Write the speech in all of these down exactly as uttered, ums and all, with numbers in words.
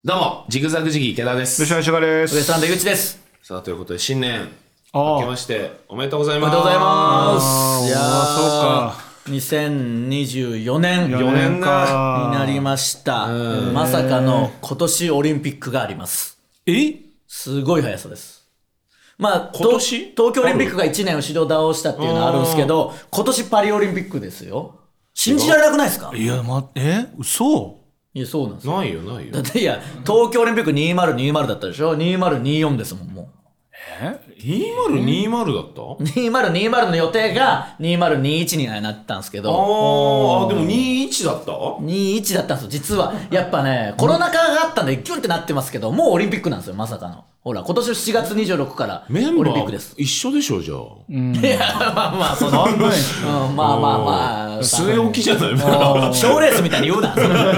どうも、ジグザグジギー池田です。 吉田でウエす。 ストランド井口です。 さあ、ということで、新年、 あ明けあ、 まして、おめでとうございおめます。 でとうございまあーす。いやそうかー、にせんにじゅうよねんよよねんにかなりました。 うんまさかの今年オリンピックがあります。 えすごい速さです。まあ、 今年東東京オリンピックがいちねん後ろ倒したっていうのはあるんですけど、今年パリオリンピックですよ。信じられなくないですか？ いや、ま、え嘘いや、そうなんですよ。 ないよ、ないよだ。っていや、東京オリンピックにせんにじゅうだったでしょ？ にせんにじゅうよんですもん、もう。 えにせんにじゅうだったにせんにじゅうの予定がにせんにじゅういちになったんですけあど、 ー、でもにじゅういちだったにじゅういちだったんですよ、実は。やっぱね、コロナ禍があったんで、キュンってなってますけど、もうオリンピックなんですよ、まさかの。ほら、今年しちがつにじゅうろくからオメンバーリンピックです。 一緒でしょ、じゃあ。 いや、まあまあ、その、うん、まあまあまあ、 据え置きじゃない賞レースみたいに言うな。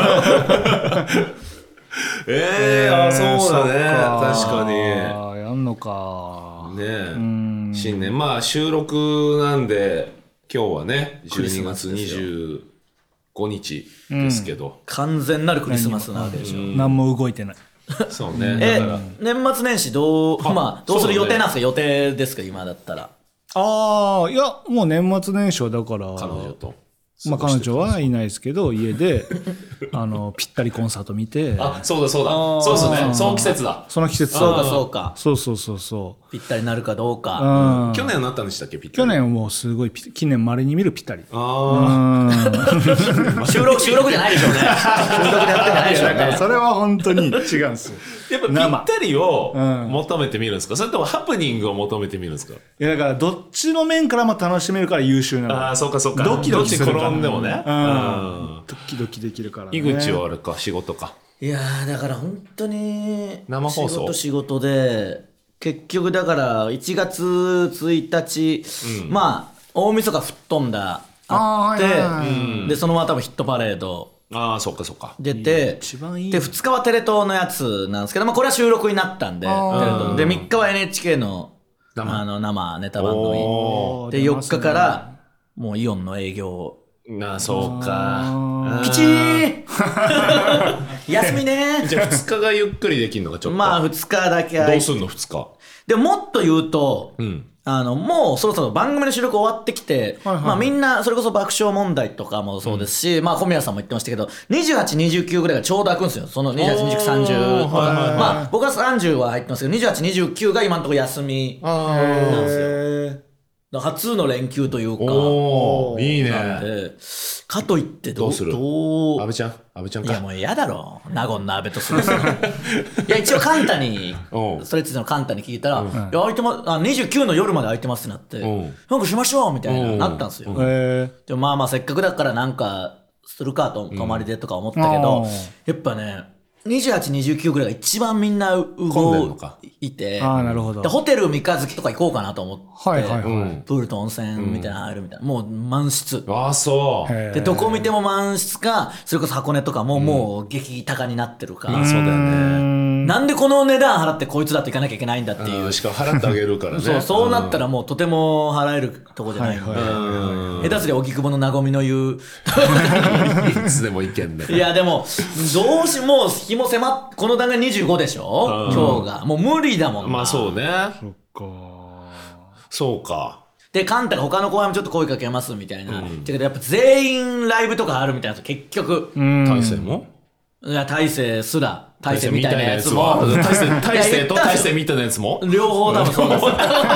えー、あ、そうだね。確かに。 ああ、やんのか。 ねえ、新年、まあ収録なんで、今日はね、じゅうにがつにじゅうごにちですけど。 完全なるクリスマスなわけでしょ。 何も動いてない。 そうね。 えだから、 年末年始どう、 あまあ、どうする予そうだね定なんですか？予定ですか、今だったら。 ああ、いや、もう年末年始はだから、 彼女と。 まあ彼女はいないですけど、家で、あの、ぴったりコンサート見て、 あ、そうだそうだ。そうですね。その季節だ。 その季節そうか、そうか。 そうそうそうそぴったりなるかどうう。 か。 うん。 去年なったんでしたっけ、ぴった去り。 年はもうすごいピ、近年稀に見るぴったり。 あうん。 収録、収録じゃないでしょうね。収録でやってんじゃないでしょうだからね。 それは本当に違うんですよ。 あ。やっぱぴったりをうん求めてみるんですか、それともハプニングを求めてみるんですか？ いやだからどっちの面からも楽しめるから優秀なの。 ああ、そうかそうか。 ドキドキするからどっち転んでもね。 うんうんドキドキできるからね。 井口はあれか、仕事か。 いやー、だから本当に、 生放送仕事仕事で、結局だからいちがつついたち、まあ、大晦日吹っ飛んだ、あって、 あーはいはいはいで、そのまま多分ヒットパレードああ、そうかそうか。 出て、 一番いいで、ふつかはテレ東のやつなんですけど、まあこれは収録になったんで、テレー東で、みっかは エヌエイチケー の生あの生ネタ番お組。で、よっかから、もうイオンの営業なあ、そうか。 あピチー休みねじゃあふつかがゆっくりできるのがちょっと。 まあふつかだけ空いどうすんのふつか。 でもっと言うと、 うん。 あのもうそろそろ番組の収録終わってきて、 はいはいまあみんなそれこそ爆笑問題とかもそうですし、まあ小宮さんも言ってましたけどにじゅうはち、にじゅうきゅうぐらいがちょうど開くんですよ。そのにじゅうはち、にじゅうきゅう、さんじゅうとか、 おーはいはいはいまあ僕はさんじゅうは入ってますけどにじゅうはち、にじゅうきゅうが今のところ休みあなんですよ。 へだから初の連休というかおー、いいなんね。 でかといってどうどうするどう安倍ちゃん安倍ちゃんか。 いやもう嫌だろ納言の安倍とするいや一応カンタにうんストレッチのカンタに聞いたら「いや空いてまあにじゅうきゅうの夜まで空いてます」ってなってうん 「なんかしましょう」みたいうんななったんですよえ。へでもまあまあせっかくだからなんかするかと泊まりでとか思ったけどうんやっぱねにじゅうはち、にじゅうきゅうぐらいが一番みんな混んでん動のかいてああ、なるほど。 でホテル三日月とか行こうかなと思ってはいはいはい。 うん。 プールと温泉みたいなの入るみたいなもう満室ああ、そう。 へーでどこ見ても満室かそれこそ箱根とかももう激高になってるか、 まあそうだよね。 なんでこの値段払ってこいつだって行かなきゃいけないんだっていう、 うんしかも払ってあげるからね。 そうそうなったらもうとても払えるとこじゃないんで、 はいはい下手すりゃ荻窪の和みの言ういつでも行けんね。 いやでもどうしもう日も迫っこの段階にじゅうごでしょ、今日がもう無理だもんなまあそうね。 そっか。 そうか。 でカンタが他の後輩もちょっと声かけますみたいな、だけどやっぱ全員ライブとかあるみたいなやつ結局、 うん。 大勢もいや大勢すら大勢みたいなやつも大勢大勢大勢といや言ったん大ですよ勢みたいなやつも両方多分そうです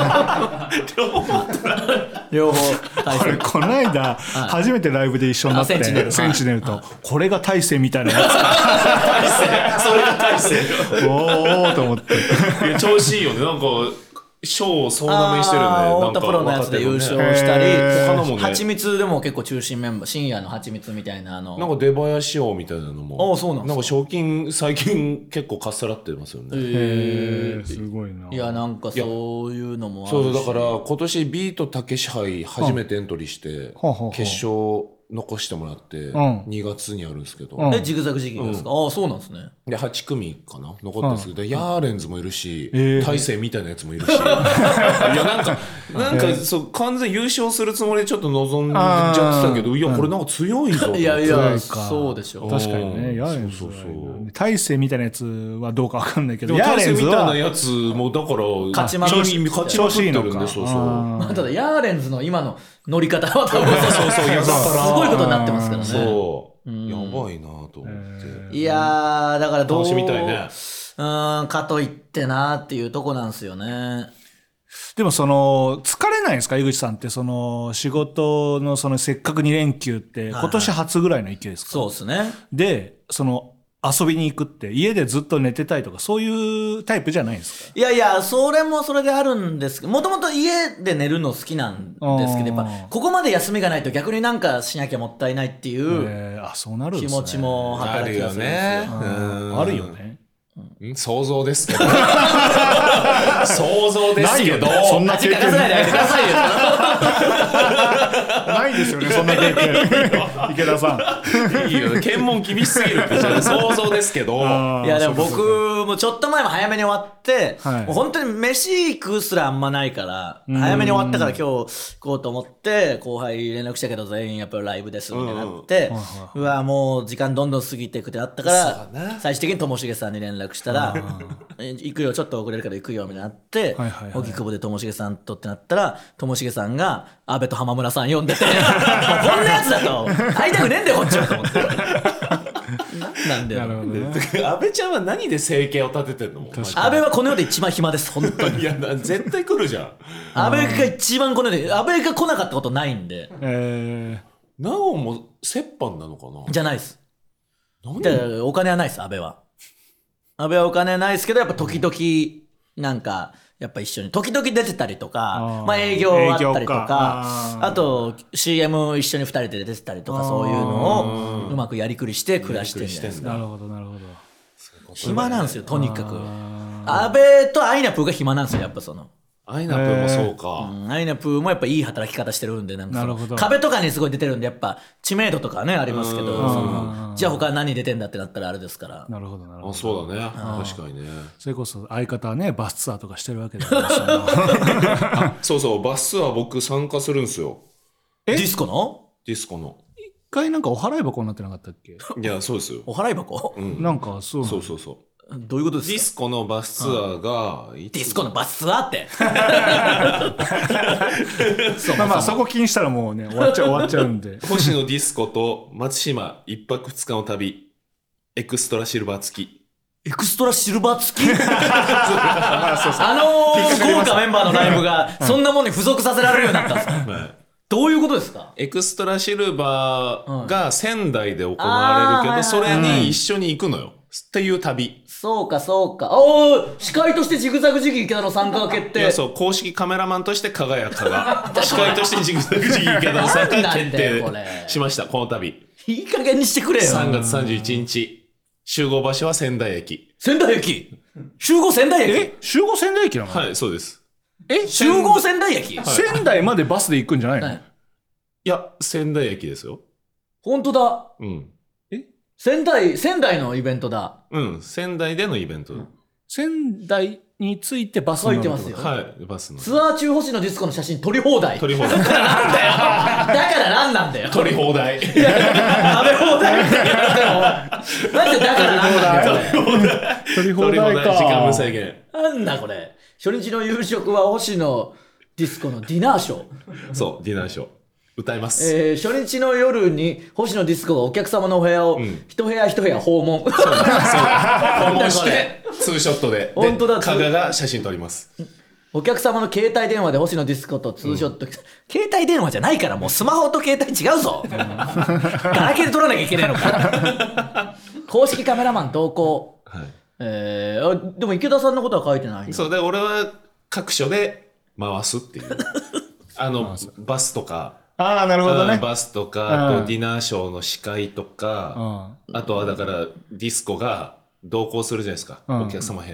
両方大これ勢この間初めてライブで一緒になってあセンチネルセンチネルとこれが大勢みたいなや大勢それが大勢つおーおーと思っていや調子いいよね。なんか賞を総なめにしてるね。 あーなんか太田プロのやつで優勝若手のねしたり、 へー他のもねはちみつでも結構中心メンバー深夜のはちみつみたいなあのなんか出囃子王みたいなのも。 あそうなんですかなんか賞金最近結構かっさらってますよね。 へーすごいないやなんかそういうのもあるしそうそうだから今年ビートたけし杯初めてエントリーしてはあはあはあ決勝残してもらってうんにがつにあるんですけど、 うんえジグザグジギーですか、ああそうなんですね。 ではち組かな残ってるんですけど、ヤーレンズもいるし、 えー大勢みたいなやつもいるしいやなんかなんか、そう完全優勝するつもりでちょっと望んじゃってたけど、いやこれなんか強いぞと思って、 いやいや強いかそうでしょう。 確かにね、ヤーレンズはそうそうそう大勢みたいなやつはどうかわかんないけど、 でも大勢みヤーレンズはたいなやつもだから勝ちまくっ調子勝ちまくってるんで、 調子いいのかそうそうあーただヤーレンズの今の乗り方は多分そうそういやだからすごいことになってますからね。 そう、 んやばいなと思って、 いやーだからどう楽しみたいね。 うーんかといってなーっていうとこなんですよね。 でもその疲れないんですか、井口さんって。その仕事のそのせっかくに連休って今年初ぐらいの勢いですか。 そうですね。 でその遊びに行くって家でずっと寝てたいとかそういうタイプじゃないんですか。 いやいやそれもそれであるんですけど、もともと家で寝るの好きなんですけど、やっぱここまで休みがないと逆になんかしなきゃもったいないっていうえー、あそうなるんですね。 気持ちもあるよ働きやすいんですねよ。 うんあるよね。 ん想像ですけど想像ですけどそんな経験恥かかさないであげてくださいよ。 ないですよね、そんな経験池田さん。 いいよね検問厳しすぎるってじゃあ想像ですけどあーいやでもそうかそうか僕もちょっと前も早めに終わって、 はいもう本当に飯食うすらあんまないから早めに終わったから今日行こうと思って後輩連絡したけど全員やっぱりライブですみたいになって、うわもう時間どんどん過ぎていくってなったかそうだなら最終的にともしげさんに連絡したら「え行くよちょっと遅れるから行くよ」みたいになってはいはいはい荻窪でともしげさんとってなったらともしげさんが阿部と浜村さん呼んでてもうこんなやつだと会いたくねえんだよこっちはと思ってなんなんだよなるほどね。 安倍ちゃんは何で生計を立ててんのもう阿部はこの世で一番暇です本当にいやな絶対来るじゃん安倍が一番この世で安倍が来なかったことないんでえなおも折半なのかなじゃないです何でお金はないです安倍は安倍はお金ないですけどやっぱ時々なんかやっぱ一緒に時々出てたりとかあーまあ営業あったりと営業かかあーあと シーエム 一緒にふたりで出てたりとかそういうのをうまくやりくりして暮らしてるんじゃないですー、 か。 なるほどなるほど。 暇なんですよとにかくあ安倍とアイナプーが暇なんですよやっぱそのアイナプーもそうか、 うんアイナプーもやっぱいい働き方してるんでなんかそのなるほど壁とかにすごい出てるんでやっぱ知名度とかはねありますけどうんそのじゃあ他何出てんだってなったらあれですからーなるほどなるほあど。 そうだね確かにねそれこそ相方はねバスツアーとかしてるわけだからそのそうそうバスツアー僕参加するんですよディスコのディスコの一回なんかお払い箱になってなかったっけ。 いやそうですよ、 お払い箱うん、 なんかそうなのそうそうそうどういうことですかディスコのバスツアーがいつディスコのバスツアーってまあまあそこ気にしたらもうね終わっちゃう終わっちゃうんで。 星野ディスコと松島一泊二日の旅エクストラシルバー付きエクストラシルバー付きあのー、豪華メンバーのライブがそんなものに付属させられるようになったんですかはいどういうことですかエクストラシルバーが仙台で行われるけど、それに一緒に行くのよ。っていう旅。 そうかそうかおー司会としてジグザグジギー池田の参加が決定いや、そう、公式カメラマンとして加賀谷加賀。司会としてジグザグジギー池田の参加が決なんだよこ定れしました、この旅。 いい加減にしてくれよさんがつさんじゅういちにち、集合場所は仙台駅。 仙台駅集合仙台駅え集合仙台駅なの。 はい、そうです。 え集合仙台駅、 仙台までバスで行くんじゃないの。 はいいや、仙台駅ですよ。 本当だうん。 仙台仙台のイベントだうん、仙台でのイベント。 仙台についてバスに乗るってこと。 書いてますよはい、バスの。 ツアー中星野ディスコの写真撮り放題取り放題。 だから何なんだよ取り放題。 食べ放題みたいななんでだから何なんだよこれ取り放取り放題か。 題、時間無制限。 なんだこれ初日の夕食は星野ディスコのディナーショー、 そう、ディナーショー。歌います。 えー、初日の夜に星野ディスコがお客様のお部屋をん一部屋一部屋訪問、 そう訪問しこれてツーショットで本当だで加賀が写真撮りますお客様の携帯電話で星野ディスコとツーショット、うん、携帯電話じゃないからもうスマホと携帯違うぞガラケーで撮らなきゃいけないのか公式カメラマン同行、 はいえー、あでも池田さんのことは書いてないのそうで俺は各所で回すっていうあのバスとかああなるほどね。 うんバスとかあとディナーショーの司会とかうんあとはだからディスコが同行するじゃないですか、 うんお客様部屋に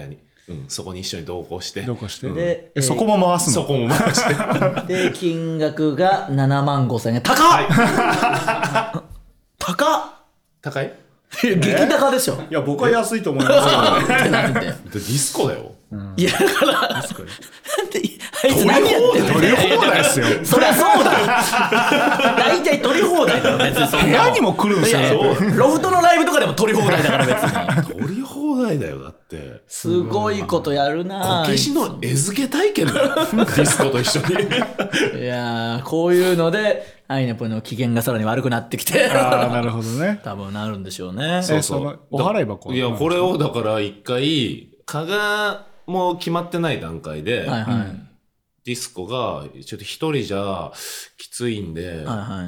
うん、そこに一緒に同行して同行して、 うんで、 えそこも回すの？ そこも回してで金額がななまんごせんえん。高っ、 はい高っ高い激高でしょ。 いや僕は安いと思いますってなんでディスコだよ。 いやだからなんであいつ何やってんの。 取り放題ですよ。 そりゃそうだよ。大体取り放題だろ別に。そんな部屋にも来るんですよ。 いやロフトのライブとかでも取り放題だから別に。 取り放題だよだって。 すごいことやるな。 こけしの餌付け体験だよ。ディスコと一緒に。 いやーこういうのでアイネポの機嫌がさらに悪くなってきて。 ああなるほどね。 多分なるんでしょうね。 そうそうお払い箱。 いやこれをだから一回加賀も決まってない段階で、 はいはい、 ディスコがちょっと一人じゃきついんで、 はいはい、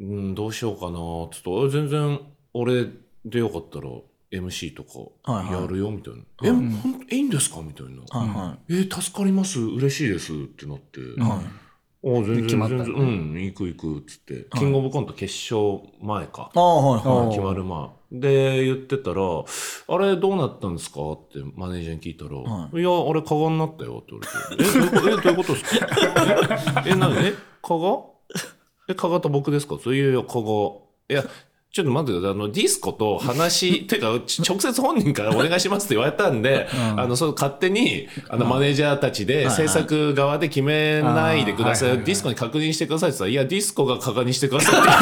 うん、どうしようかなちょっと全然俺でよかったら エムシー とかやるよみたいな、はいはい、え、うん、ほんといいんですかみたいな、はいはい、え助かります嬉しいですってなって、はいあ全然決まった、ね、全然うん行く行くっつって、はい、キングオブコント決勝前かあ、はいはい、 決まる前で言ってたらあれどうなったんですかってマネージャーに聞いたら、はい、いやあれ加賀になったよって言われてえどういうことですかええ何え加賀え加賀と僕ですかいやいや加賀いやちょっと待ってくださいあのディスコと話てか直接本人からお願いしますって言われたんで、うん、あのその勝手にあのマネージャーたちで制作側で決めないでください、はいはい、ディスコに確認してくださいって言ったらいやディスコが加賀にしてくださいって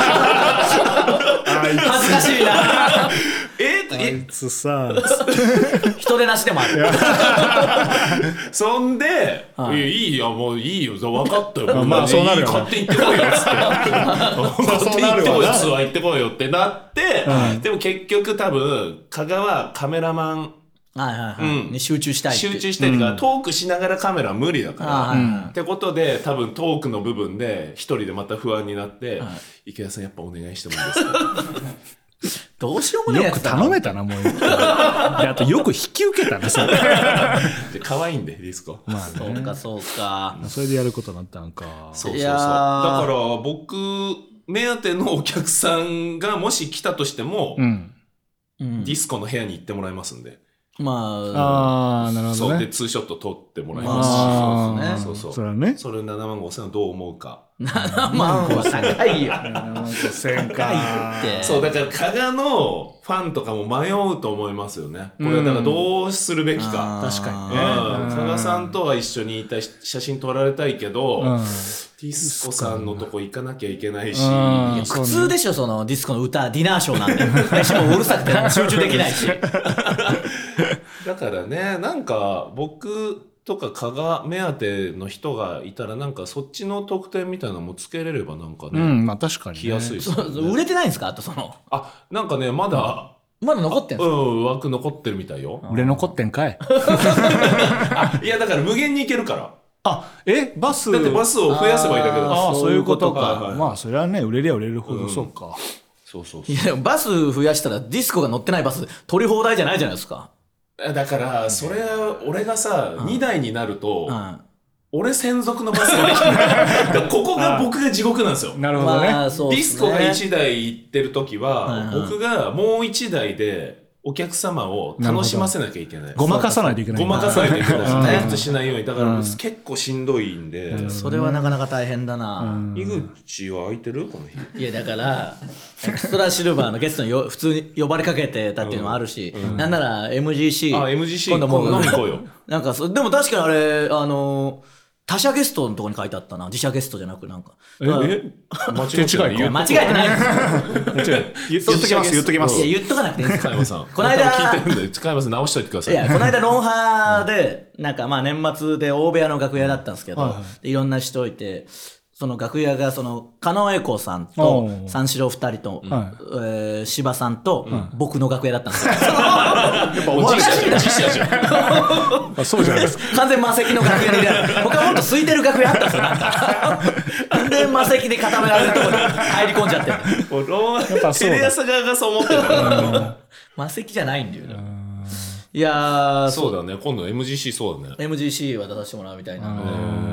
恥ずかしいなえあいつさ人手なしでもあるそんで、はい、いいよもういいよ分かったよまあそうなるよ勝手に行ってこいよっつって勝手に行ってこいよツアー行ってこいよってなって、うん、でも結局多分加賀はカメラマンはいはいはい、うん、に集中したいって集中したいから、うん、トークしながらカメラは無理だから、うん、ってことで多分トークの部分で一人でまた不安になって、はい、池田さんやっぱお願いしてもいいですかどうしようもないやつだよく頼めたなもうであとよく引き受けたねそれ可愛いんでディスコまあ、ね、そうかそうかそれでやることになったのかそうそうそうだから僕目当てのお客さんがもし来たとしても、うん、ディスコの部屋に行ってもらいますんでまあ、あなるほど、ね、 そうでツーショット撮ってもらいますし、そうそうそう、 それはね、 それななまんごせんをどう思うか。 ななまんは高いよ。 ななまんごせんか。 そうだから加賀のファンとかも迷うと思いますよね。これはだからどうするべきか。 確かにね。 加賀さんとは一緒にいた写真撮られたいけど、うん、ディスコさんのとこ行かなきゃいけないし、いや苦痛でしょそのディスコの歌ディナーショーなんで。しかもうるさくて集中できないし。 だからねなんか僕とか加賀目当ての人がいたらなんかそっちの特典みたいなのもつけれればなんかね、 うんまあ確かに、ね、 来やすいですよね。 売れてないんですかあとそのあなんかねまだまだ残ってんすかうん枠残ってるみたいよ。 売れ残ってんかいあいやだから無限に行けるからあえバスだってバスを増やせばいいだけだああそういうことか、 はいはい、 まあそれはね売れりゃ売れるほど、うん、そうかそうそうそういやバス増やしたらディスコが乗ってないバス取り放題じゃないじゃないですか。 だからそれ俺がさ、うん、にだいになると、うん、俺専属のバスができないここが僕が地獄なんですよ。 なるほどね、 まあそうっすね。 ディスコがいちだい行ってる時は、うん、僕がもういちだいでお客様を楽しませなきゃいけない。 ごまかさないといけない。 ごまかさないといけない。退屈しないように。だから、うん、結構しんどいんで、 うん、それはなかなか大変だな、 うん、井口は空いてるこの日。 いやだからエクストラシルバーのゲストによ普通に呼ばれかけてたっていうのもあるし、うん、なんなら エムジーシー、 あ エムジーシー今度もう飲み行こうよ。 なんかそでも確かにあれあの他社ゲストのところに書いてあったな。自社ゲストじゃなくなんかええ間違えて間違えてないですよ言っときます言っときます。 いや言っとかなくていいです加山さんこの間聞いてるんで加山さん直しといてください。 いやこの間ロンハーでなんかまあ年末で大部屋の楽屋だったんですけど、はいはい、いろんな人いてその楽屋がその狩野英孝さんと三四郎二人と、はいえー、柴さんと、うん、僕の楽屋だったんですよ。やっぱおじ社じゃん。 あそうじゃないですか。 完全魔石の楽屋に他もっと空いてる楽屋あったんですよなんか。完全魔石で固められるところに入り込んじゃってる。 ローテレ朝側がそう思ってる。 魔石じゃないんだよね。いやそうだね今度 エムジーシー そうだねエムジーシー は出させてもらうみたいな。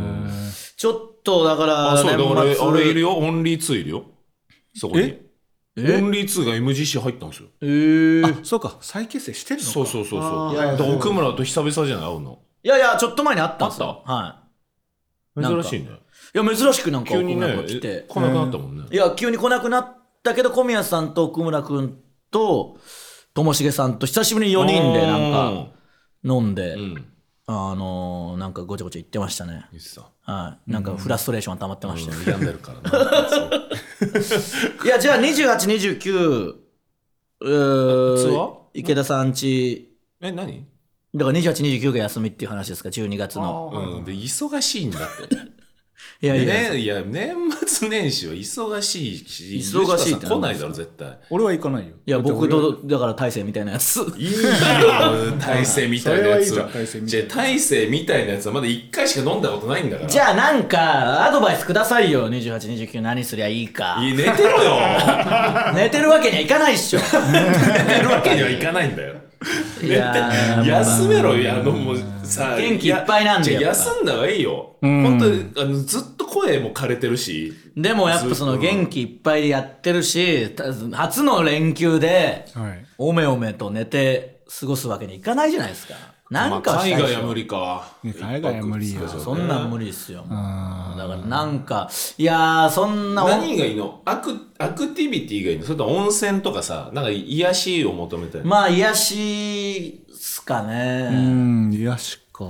ちょっとだからあそうだ俺あれいるよオンリーツーいるよそこに、 えオンリーツーが エムジーシー 入ったんですよ。 えー、 あそうか再結成してるのか。 そうそうそうそう。 あーだから奥村と久々じゃない会うの。 いやいやちょっと前にあったんですよ。はなんか珍しいね。 い。いや珍しくなんか急にね奥村が来て、 来なくなったもんね。 いや急に来なくなったけど小宮さんと奥村君とともしげさんと久しぶりによにんでなんか飲んで、 うん。 あのー、なんかごちゃごちゃ言ってましたね。 いいっすさ。 はい。なんかフラストレーション溜まってましたよ。 病んでるからな。そういやじゃあにじゅうはち、にじゅうきゅううーツアー池田さんちえ、何？ だからにじゅうはち、にじゅうきゅうが休みっていう話ですか、じゅうにがつの。 うん。で、忙しいんだって。 いやいや、 ね、いや、年末年始は忙しいし、 忙しいってルシファーさん来ないだろ、絶対。 俺は行かないよ。 いや僕だってとだから大勢みたいなやつ。 いいよ、大勢みたいなやつ。 それはいいじゃん大勢みたいなじゃあ大勢みたいなやつはまだいっかいしか飲んだことないんだから。 じゃあなんかアドバイスくださいよ。にじゅうはち、にじゅうきゅう何すりゃいいか。 いい寝てろよ。 寝てるわけにはいかないっしょ。 寝るわけにはいかないんだよ。 いやー休めろよ、あのもうさ、 元気いっぱいなんだよじゃあ休んだ方がいいよ。 ん本当にあのずっと声も枯れてるし。 でもやっぱその元気いっぱいでやってるし、初の連休ではい。 おめおめと寝て過ごすわけにいかないじゃないですか。なんかまあしたいでしょ海外は無理か。 海外は無理よそんなん無理っすよ。もうだからなんかいやーそんな何がいいの？アクアクティビティがいいの？それと温泉とかさ、なんか癒しを求めたい。 まあ癒しっすかうね。 ん、癒しか。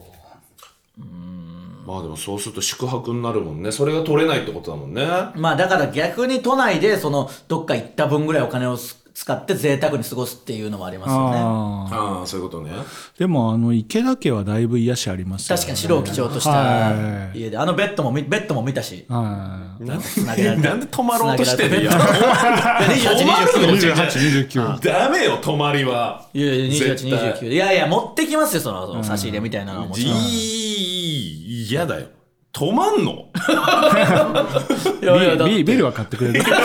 まあでもそうすると宿泊になるもんね。それが取れないってことだもんね。 まあだから逆に都内でそのどっか行った分ぐらいお金をす使って贅沢に過ごすっていうのもありますよね。 ああ。 ああ、そういうことね。 でも、あの、池田家はだいぶ癒しありますよね。 確かに白を基調としたはい家で、あのベッドも見ベッドも見たし。 はい。 なんつなげられてなんで泊まろうとしてるよ。 いやにじゅうはち、にじゅうきゅうにじゅうはち、にじゅうきゅう。 ダメよ、泊まりは。 いやいやにじゅうはち、にじゅうきゅう絶対いやいや持ってきますよそのその差し入れみたいなのはもちろん。 いい、嫌だよ。泊まんの？ いやいやだってビビビールは買ってくれる。 それ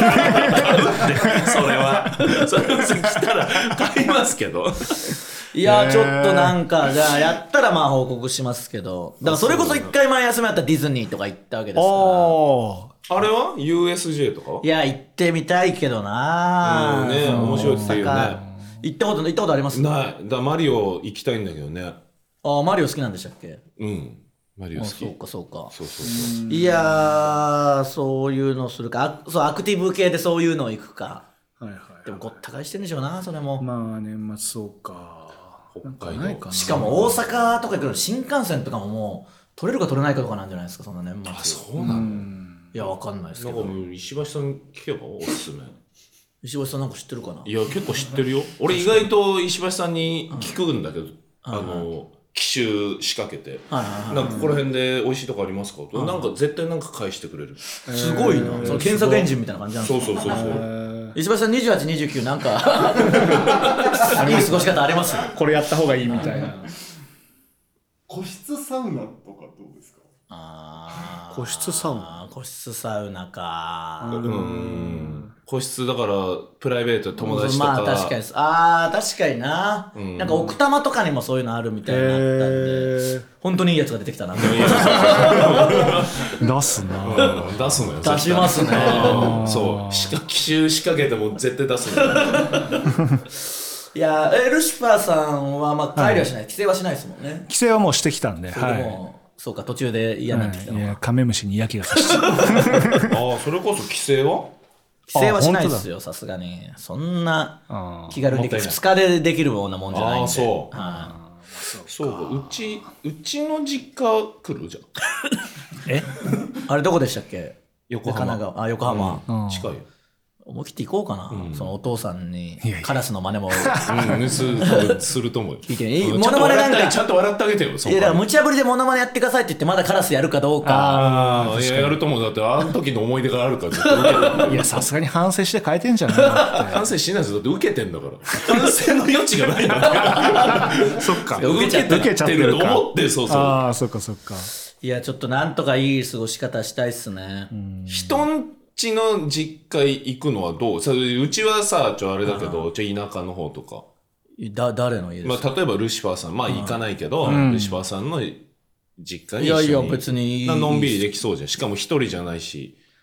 は。それは来たら買いますけど。 いやちょっとなんかじゃあやったらまあ報告しますけど、だからそれこそ一回前休みあったらディズニーとか行ったわけですから。 おー。 あれは ユーエスジェー とかいや行ってみたいけどなうんねその面白いっていうね大阪行ったこと行ったことあります？ ない。だマリオ行きたいんだけどね。 あマリオ好きなんでしたっけ？ うん。マリオ好き。 あそうかそうか。 そうそうそう。 いやーそういうのするかあそうアクティブ系でそういうの行くか。 はいはい。 でもごった返してんでしょうなそれも。 まあ、年末そうか。 北海道。 ないかな。 しかも大阪とか行くの新幹線とかももう取れるか取れないかとかなんじゃないですかそんな年末。 あ、そうなの？ いやわかんないですなんかけど。 もう石橋さん聞けばおすすめ。 石橋さんなんか知ってるかな？ いや、結構知ってるよ。俺意外と石橋さんに聞くんだけど、あの、奇襲仕掛けて。 はいはいはい。 なんかここら辺で美味しいとこありますかと、なんか絶対なんか返してくれる。 すごいな。その検索エンジンみたいな感じなんですか？ そうそうそうそう。 石橋さんにじゅうはち、にじゅうきゅうなんかいい過ごし方あります？ これやった方がいいみたいな。 個室サウナとかどうですか？ あー個室サウナ個室サウナか。 うん。個室だからプライベート友達とか。 まあ確かにです。ああ確かにな、 んなんか奥多摩とかにもそういうのあるみたいになったんで、 へ本当にいいやつが出てきたな。 出すな。 うん出すのよ。 出しますね。 うんそう。しか奇襲仕掛けても絶対出すのよ。 いやえルシファーさんはまあ帰りはしない、帰省はしないですもんね。 規制はもうしてきたんで、 それはい。 でも、そうか途中で嫌になってきたのか。 はいいや、カメムシに嫌気がさして。 ああ、それこそ帰省は帰省はしないですよさすがに。そんなあ気軽にできるもったいないふつかでできるようなもんじゃないんで。 あーそうはそうか。うち、うちの実家来るじゃん。 い、あれどこでしたっけ？ 横浜。 神奈川あ横浜、 うん近いよ。 思い切って行こうかな、そのお父さんにいやいやカラスの真似もうん、するすると思うよ。 聞いていいうんモノマネなんかちゃんと笑ってあげてよ。そいやだからの無茶ぶりでモノマネやってくださいって言ってまだカラスやるかどうか。 ああ、いや、やると思う。だって、あの時の思い出があるから、ずっと受けてる。 いや、さすがに反省して変えてんじゃないのって。 反省しないですよ。だって受けてんだから。反省の余地がないんだから。 そっか。 受けちゃ受けちゃってるかると思って、そうそう。 ああ、そっかそっか。 いやちょっとなんとかいい過ごし方したいっすね。 人んちの実家行くのはどう？さうちはさ、ちょ、あれだけど、ちょ、田舎の方とか。 だ誰の家ですか？ まあ、例えばルシファーさん、まあ行かないけど、ルシファーさんの実家に一緒にいやいや別にいいなのんびりできそうじゃん。しかも一人じゃないし、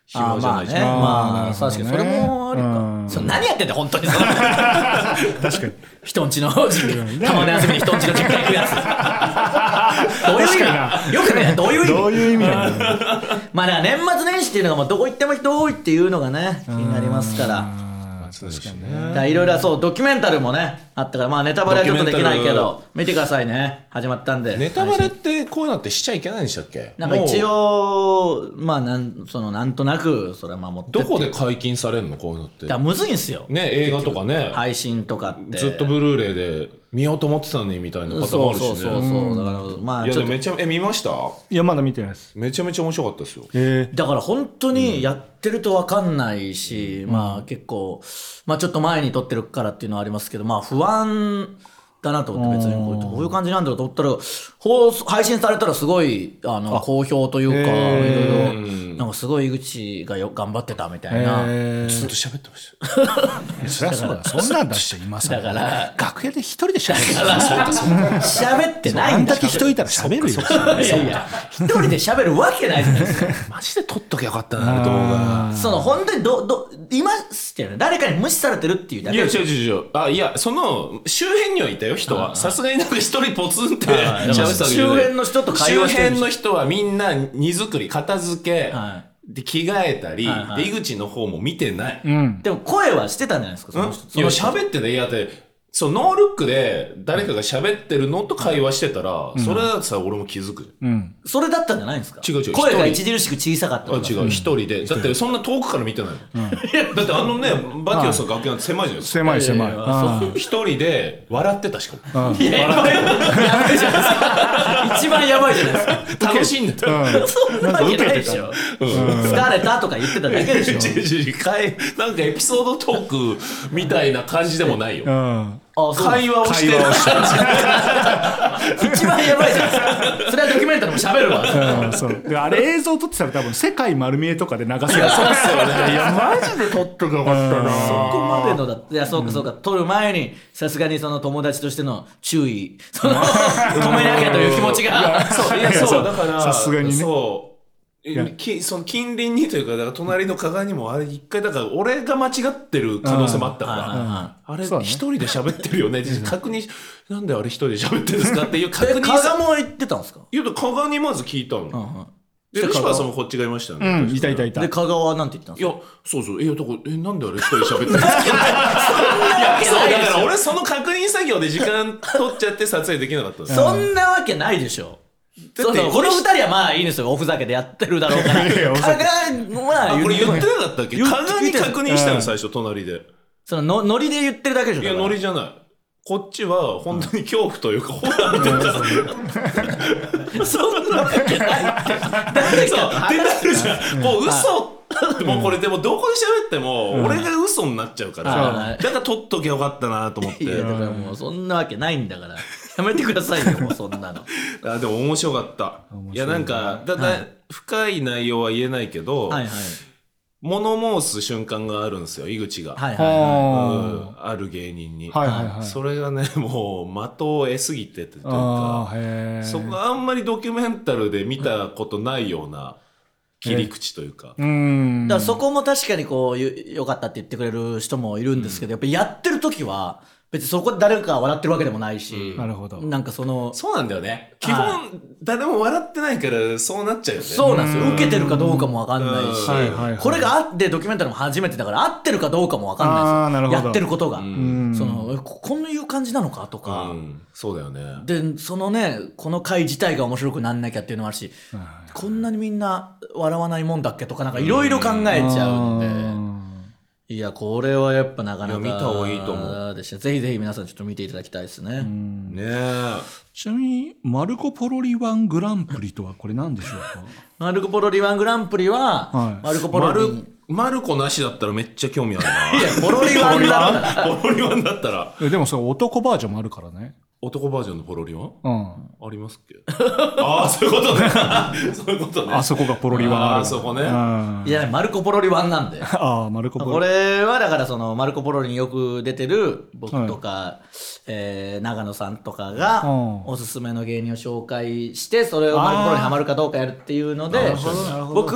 暇じゃないじゃん。 あーまあね、まああー確かにそれもあるか、 うんそれ何やってんだよ本当にその確かに人んちのたまに遊びに人んちの実家行くやつどういう意味よくねどういう意味どういう意味なんだろうまあだから年末年始っていうのがもうどこ行っても人多いっていうのがね気になりますから確かにだからいろいろそうドキュメンタルもねあったからまあネタバレはちょっとできないけドキュメンタど見てくださいね始まったんでネタバレってこういうのってしちゃいけないんでしたっけ？ なんか一もう応まあなんそのなんとなくそれは守ってってどこで解禁されるのこういうのってだからむずいんすよね、映画とかね、 配信とかってずっとブルーレイで見ようと思ってたのにみたいなパターンそうあるしね。 そうそうそうだからまあいやちょっとでもめちゃえ見ました？ いやまだ見てないですめちゃめちゃ面白かったですよ。 えだから本当にやってると分かんないし、まあ結構まあちょっと前に撮ってるからっていうのはありますけどまあ不安だなと思って別にこうどういう感じなんだろうと思ったら放送配信されたらすごいあの好評というかいへろいろなんかすごい井口がよ頑張ってたみたいな、 えずっと喋ってました。 そりゃそうだそんなんだって今さだから楽屋で一人で喋る喋ってないあんんだだけ人いたら喋るよいやいや一人で喋るわけないじゃないですかマジで撮っときゃよかったな、動画。 その本当にどどいますっていうの誰かに無視されてるっていうだいや、 けでしょ違う違う違う。あ、いや、その、周辺にはいたよ、人は。さすがになんか一人ポツンってはい喋ってたけどね周辺の人と会話してるんでしょ周辺の人はみんな荷造り、片付け、 はで、着替えたり、 はいはいで、井口の方も見てない。 うんでも声はしてたんじゃないですかその人いや、 その人喋ってね、いや、だって、そう、ノールックで誰かが喋ってるのと会話してたら、それだってさ、俺も気づく。 うんそれだったんじゃないんですか違う違う声が一人著しく小さかったあ、 とか違う、一人で。だって、そんな遠くから見てないの。だって、あのね、バキオスの楽屋なんて狭いじゃないですか。 狭い狭いいやいやあ一人で笑ってたしかも。 いややばいやばいじゃないですか一番やばいじゃないですか楽しんでた。 そんなわけないでしょ疲れたとか言ってただけでしょ違う違う違うかいなんかエピソードトークみたいな感じでもないよ。 うんあそう会話をしてる会話をして一番やばいじゃないですかそれはドキュメンタリーも喋るわうんそうであれ映像撮ってたら多分世界丸見えとかで流せるそうっすよねいやマジで撮っとけばよかったなそこまでのだいやそうかそうか、撮る前にさすがにその友達としての注意その止めなきゃという気持ちがそういやそうだからさすがにねそうやきその近隣にというかだから隣の鏡にもあれ一回だから俺が間違ってる可能性もあったかはいはいはらあれそうだね一人で喋ってるよねって確認しなんであれ一人で喋ってるんですかっていう確え認風も言ってたんですか、 いや加賀にまず聞いたの。 うんうんでルシファーさんもこっちがいましたよね。 うんいたいたいたで香川はなんて言ったんですかいや、そうそう、え、だから、え、なんであれ一人で喋ってるんですかいや、そう、だから俺その確認作業で時間取っちゃって撮影できなかったんですよ。 そんなわけないでしょだってそうそうこの二人はまあいいんですよおふざけでやってるだろうからいやいやおふざけ香川はあ、これ言ってるなかったっけ言って加賀に確認したの、 うん最初、隣で。 そののノリで言ってるだけでしょいや、 だからノリじゃない。こっちは本当に恐怖というか、ホラーみたいな。 そんなわけないって誰そう、 かってなるじゃん。もう嘘ってもうこれでもどこで喋っても俺が嘘になっちゃうから、 はいだから撮っときゃよかったなと思って。 いやだからもうそんなわけないんだからやめてくださいよもうそんなのあでも面白かった。いやなんかだだ、 はい深い内容は言えないけど、 はいはい物申す瞬間があるんですよ井口が、 はいはいはうんある芸人に、 はいはいはいそれがねもう的を得すぎてというあかーへーそこがあんまりドキュメンタルで見たことないような切り口というか、 うんいだからそこも確かにこうよよかったって言ってくれる人もいるんですけど、やっぱやってる時は別にそこで誰かが笑ってるわけでもないし、 なるほどなんかそのそうなんだよね基は本誰も笑ってないからそうなっちゃうよね。 そうなんですよ受けてるかどうかもわかんないし、 うんはいはいはいこれがあってドキュメンタリーも初めてだから合ってるかどうかもわかんないですよあーなるほどやってることが、 うんそのえここういう感じなのかとか、 うん、そうだよね。 でそのねこの回自体が面白くなんなきゃっていうのもあるし、こんなにみんな笑わないもんだっけとかなんかいろいろ考えちゃうんで、いやこれはやっぱなかなかいや見た方がいいと思うでした。ぜひぜひ皆さんちょっと見ていただきたいですね。 ねえちなみにマルコ・ポロリワングランプリとはこれ何でしょうかマルコ・ポロリワングランプリは、 はいマルコ・ポロマリルマルコなしだったらめっちゃ興味あるな。 いやポロリワンだったらポロリワンだったらえでもそれ男バージョンもあるからね男バージョンのポロリワンうんありますっけああそういうことねそういうことね。 あそこがポロリワンあるあそこね。 うんいやマルコ・ポロリワンなんでああマルコ・ポこロリれはだからそのマルコ・ポロリによく出てる僕とか、えー長野さんとかがうんおすすめの芸人を紹介してそれをマルコ・ポロリにハマるかどうかやるっていうので僕は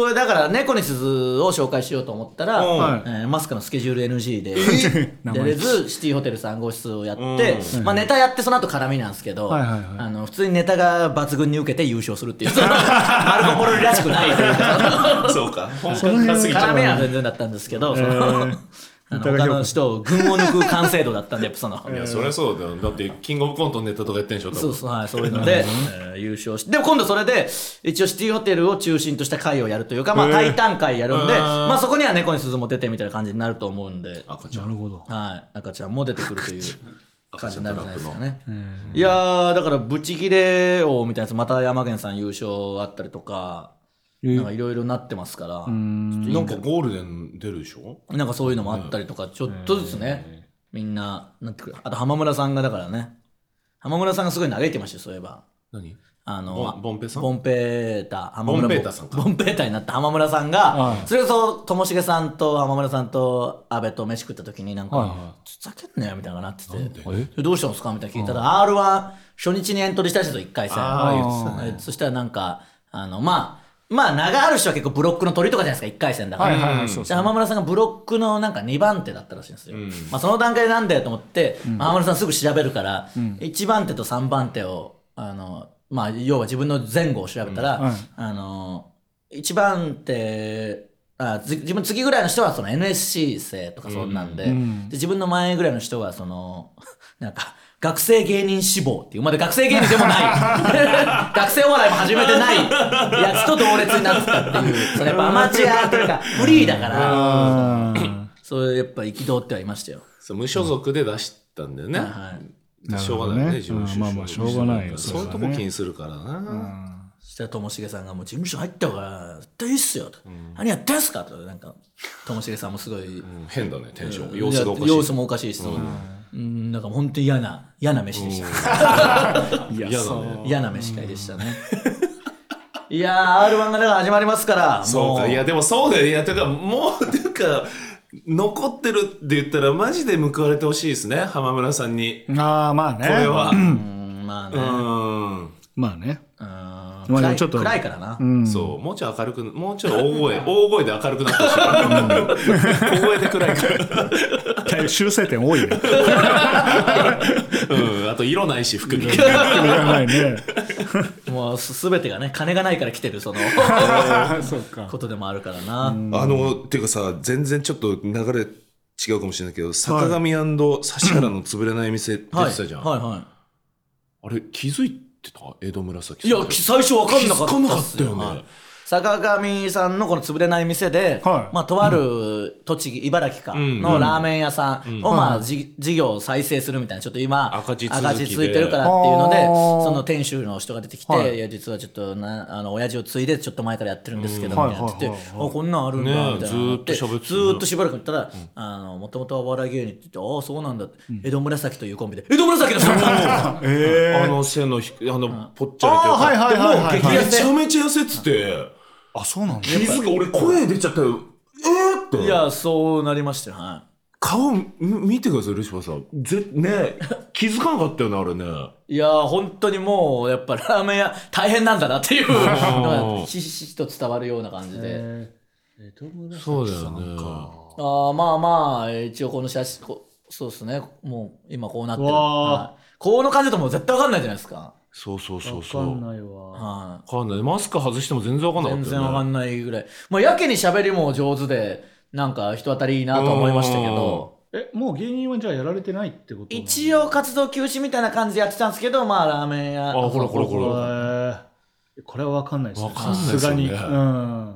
れだから猫に鈴を紹介しようと思ったら、 うんえーマスクのスケジュール エヌジー で出れずシティホテルさん号室をやって、まあ、ネタやってその後絡みなんですけど、 はいはいはい、 あの普通にネタが抜群に受けて優勝するっていうそのマルコ・ポロリらしくないというかそうか本その辺格化すぎちゃう絡みは全然だったんですけど、その、えーあの他の人を群を抜く完成度だったんでやっぱそのいやそりゃそうだよだってキングオブコントネタとかやってんでしょそうそう、はい、そういうので、えー優勝してでも今度それで一応シティホテルを中心とした会をやるというか、まあ、タイタン会やるんで、まあ、そこには猫に鈴も出てみたいな感じになると思うんで赤ちゃんなるほど。 はい、赤ちゃんも出てくるという感じになるんじゃないですかね。いやーだからブチギレ王みたいなやつまた山源さん優勝あったりとかなんかいろいろなってますからなんかゴールデン出るでしょなんかそういうのもあったりとかちょっとずつねみんななってくる。あと浜村さんがだからね浜村さんがすごい嘆いてましたよそういえば。 何あのボンボンペさんボンペータ浜村ボンペータさんかボンペータになった浜村さんが、はい、それこそともしげさんと浜村さんと阿部と飯食った時になんか、はいはい、ふざけんなよみたいななっててえどうしたんですかみたいな聞いたら アールワン 初日にエントリーした人といっかい戦あそしたらなんかあのまあまあ名がある人は結構ブロックの鳥とかじゃないですかいっかい戦だから、はいはいはい、じゃあ浜村さんがブロックのなんかにばん手だったらしいんですよ、うんまあ、その段階でなんだよと思って、うん、浜村さんすぐ調べるから、うん、いちばん手とさんばん手をあのまあ要は自分の前後を調べたら、うんはい、あのいちばん手あ自分次ぐらいの人はその エヌエスシー 生とかそんなんで、うん、で自分の前ぐらいの人はそのなんか学生芸人志望っていうまだ学生芸人でもない学生お笑いも始めてないやつと同列になってたっていうそれやっぱアマチュアというかフリーだからそういうやっぱ憤ってはいましたよ。 そう無所属で出したんだよね、うんはい、しょうがないよね自分まあまあしょうがないよそういうとこ気にするからな、 うんそしたらともしげさんがもう事務所入ったから絶対いいっすよと、うん、何やってんすかとなんかともしげさんもすごい、うん、 変だねテンション様子がおかしい様子もおかしいし、うんうん、なんか本当に嫌な嫌な飯でした嫌だね嫌な飯会でしたねいやー アールワン がだから始まりますからそうかいやでもそうだよいやてかもうていうか残ってるって言ったらマジで報われてほしいですね浜村さんに。 ああまあねこれはうんまあねうんまあねうん暗い、ちょっと暗いからな、 うん、そうもうちょい明るくもうちょい大声大声で明るくなってほしい小声で暗いから修正点多いねうんあと色ないし服に色ないねもうすべてがね金がないから来てるそのそうかことでもあるからな。あのっていうかさ全然ちょっと流れ違うかもしれないけど坂上&指原の潰れない店出てたじゃん、はいはいはい、あれ気づいてた江戸紫さん。いや最初分かんなかったっすよ。 気づかなかったよね、はい坂上さんのこの潰れない店で、はいまあ、とある栃木、うん、茨城かのラーメン屋さんを、うんまあ、じ事業を再生するみたいなちょっと今赤字続いてるからっていうのでその店主の人が出てきて、はい、いや実はちょっとなあの親父を継いでちょっと前からやってるんですけど、うん、みたいなって言って、はいはいはい、あこんなんあるんだみたいな、ね、ずーっと喋ってずーっとしばらく言ったら、うん、あのもともとはお笑い芸人って言ってああそうなんだって、うん、江戸紫というコンビで江戸紫の人えー、あの背のあのぽっちゃりというか、 はいはいはいはい、 めちゃめちゃ痩せててあ、そうなんだ。 気づく俺声出ちゃったよ。えー、って。 いや、そうなりましたよ。はい。 顔見てください、ルシファーさん。ぜね気づかなかったよね、あれね。 いや、本当にもう、やっぱラーメン屋大変なんだなっていうのが、ひしひしと伝わるような感じで。 そうだよね。 あまあまあ、一応この写真、そうですね。もう今こうなってる。はい、この感じだともう絶対わかんないじゃないですか。 そうそうそうそう。 わかんないわ。 はい。 わかんない。マスク外しても全然わかんなかったよね。 全然わかんないぐらい。まあやけに喋りも上手で、なんか人当たりいいなと思いましたけど。 え、もう芸人はじゃあやられてないってこと？ 一応活動休止みたいな感じでやってたんですけど、まあラーメン屋。 あ、ほらほらほら。 これはわかんないですね。 わかんないですよね。 うん。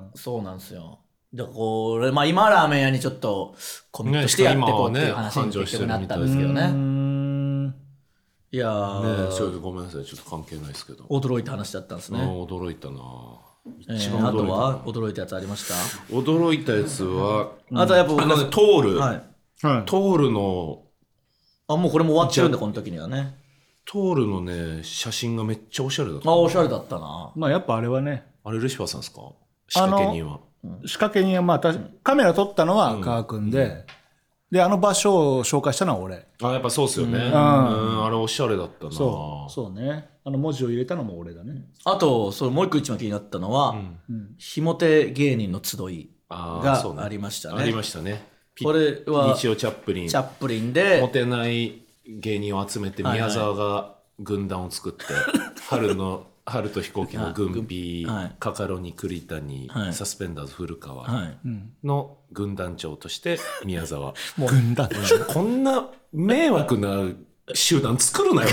そうなんですよ。でこれまあ今ラーメン屋にちょっとコミットしてやっていこうっていう話に結局なったんですけどね。いやー、 ね、ちょっとごめんなさい、ちょっと関係ないですけど。 驚いた話だったんですね。 驚いたな。 一番驚いた、えー、あとは驚いたやつありました？ 驚いたやつは、 うん、あとやっぱあのね、トール、 はい、 トールの、 あもうこれも終わってるんだこの時にはね。 トールのね写真がめっちゃおしゃれだった。 あおしゃれだったな。 まあやっぱあれはね。 あれルシファーさんですか？仕掛け人は。 仕掛け人はまあカメラ撮ったのは川君で。うんうんであの場所を紹介したのは俺。 あやっぱそうっすよね、うん、あれおしゃれだったな。 そうそうね、あの文字を入れたのも俺だね。 あとそれもう一個一番気になったのは、うん、ひも手芸人の集いがありましたね。 ありましたね。 これは日曜チャップリンチャップリンでモテない芸人を集めて宮沢が軍団を作って、はいはい、春の春と飛行機の軍備、はい、カカロニ栗谷、はい、サスペンダーズ古川の軍団長として宮沢、はい、 もう軍団長こんな迷惑な集団作るなよ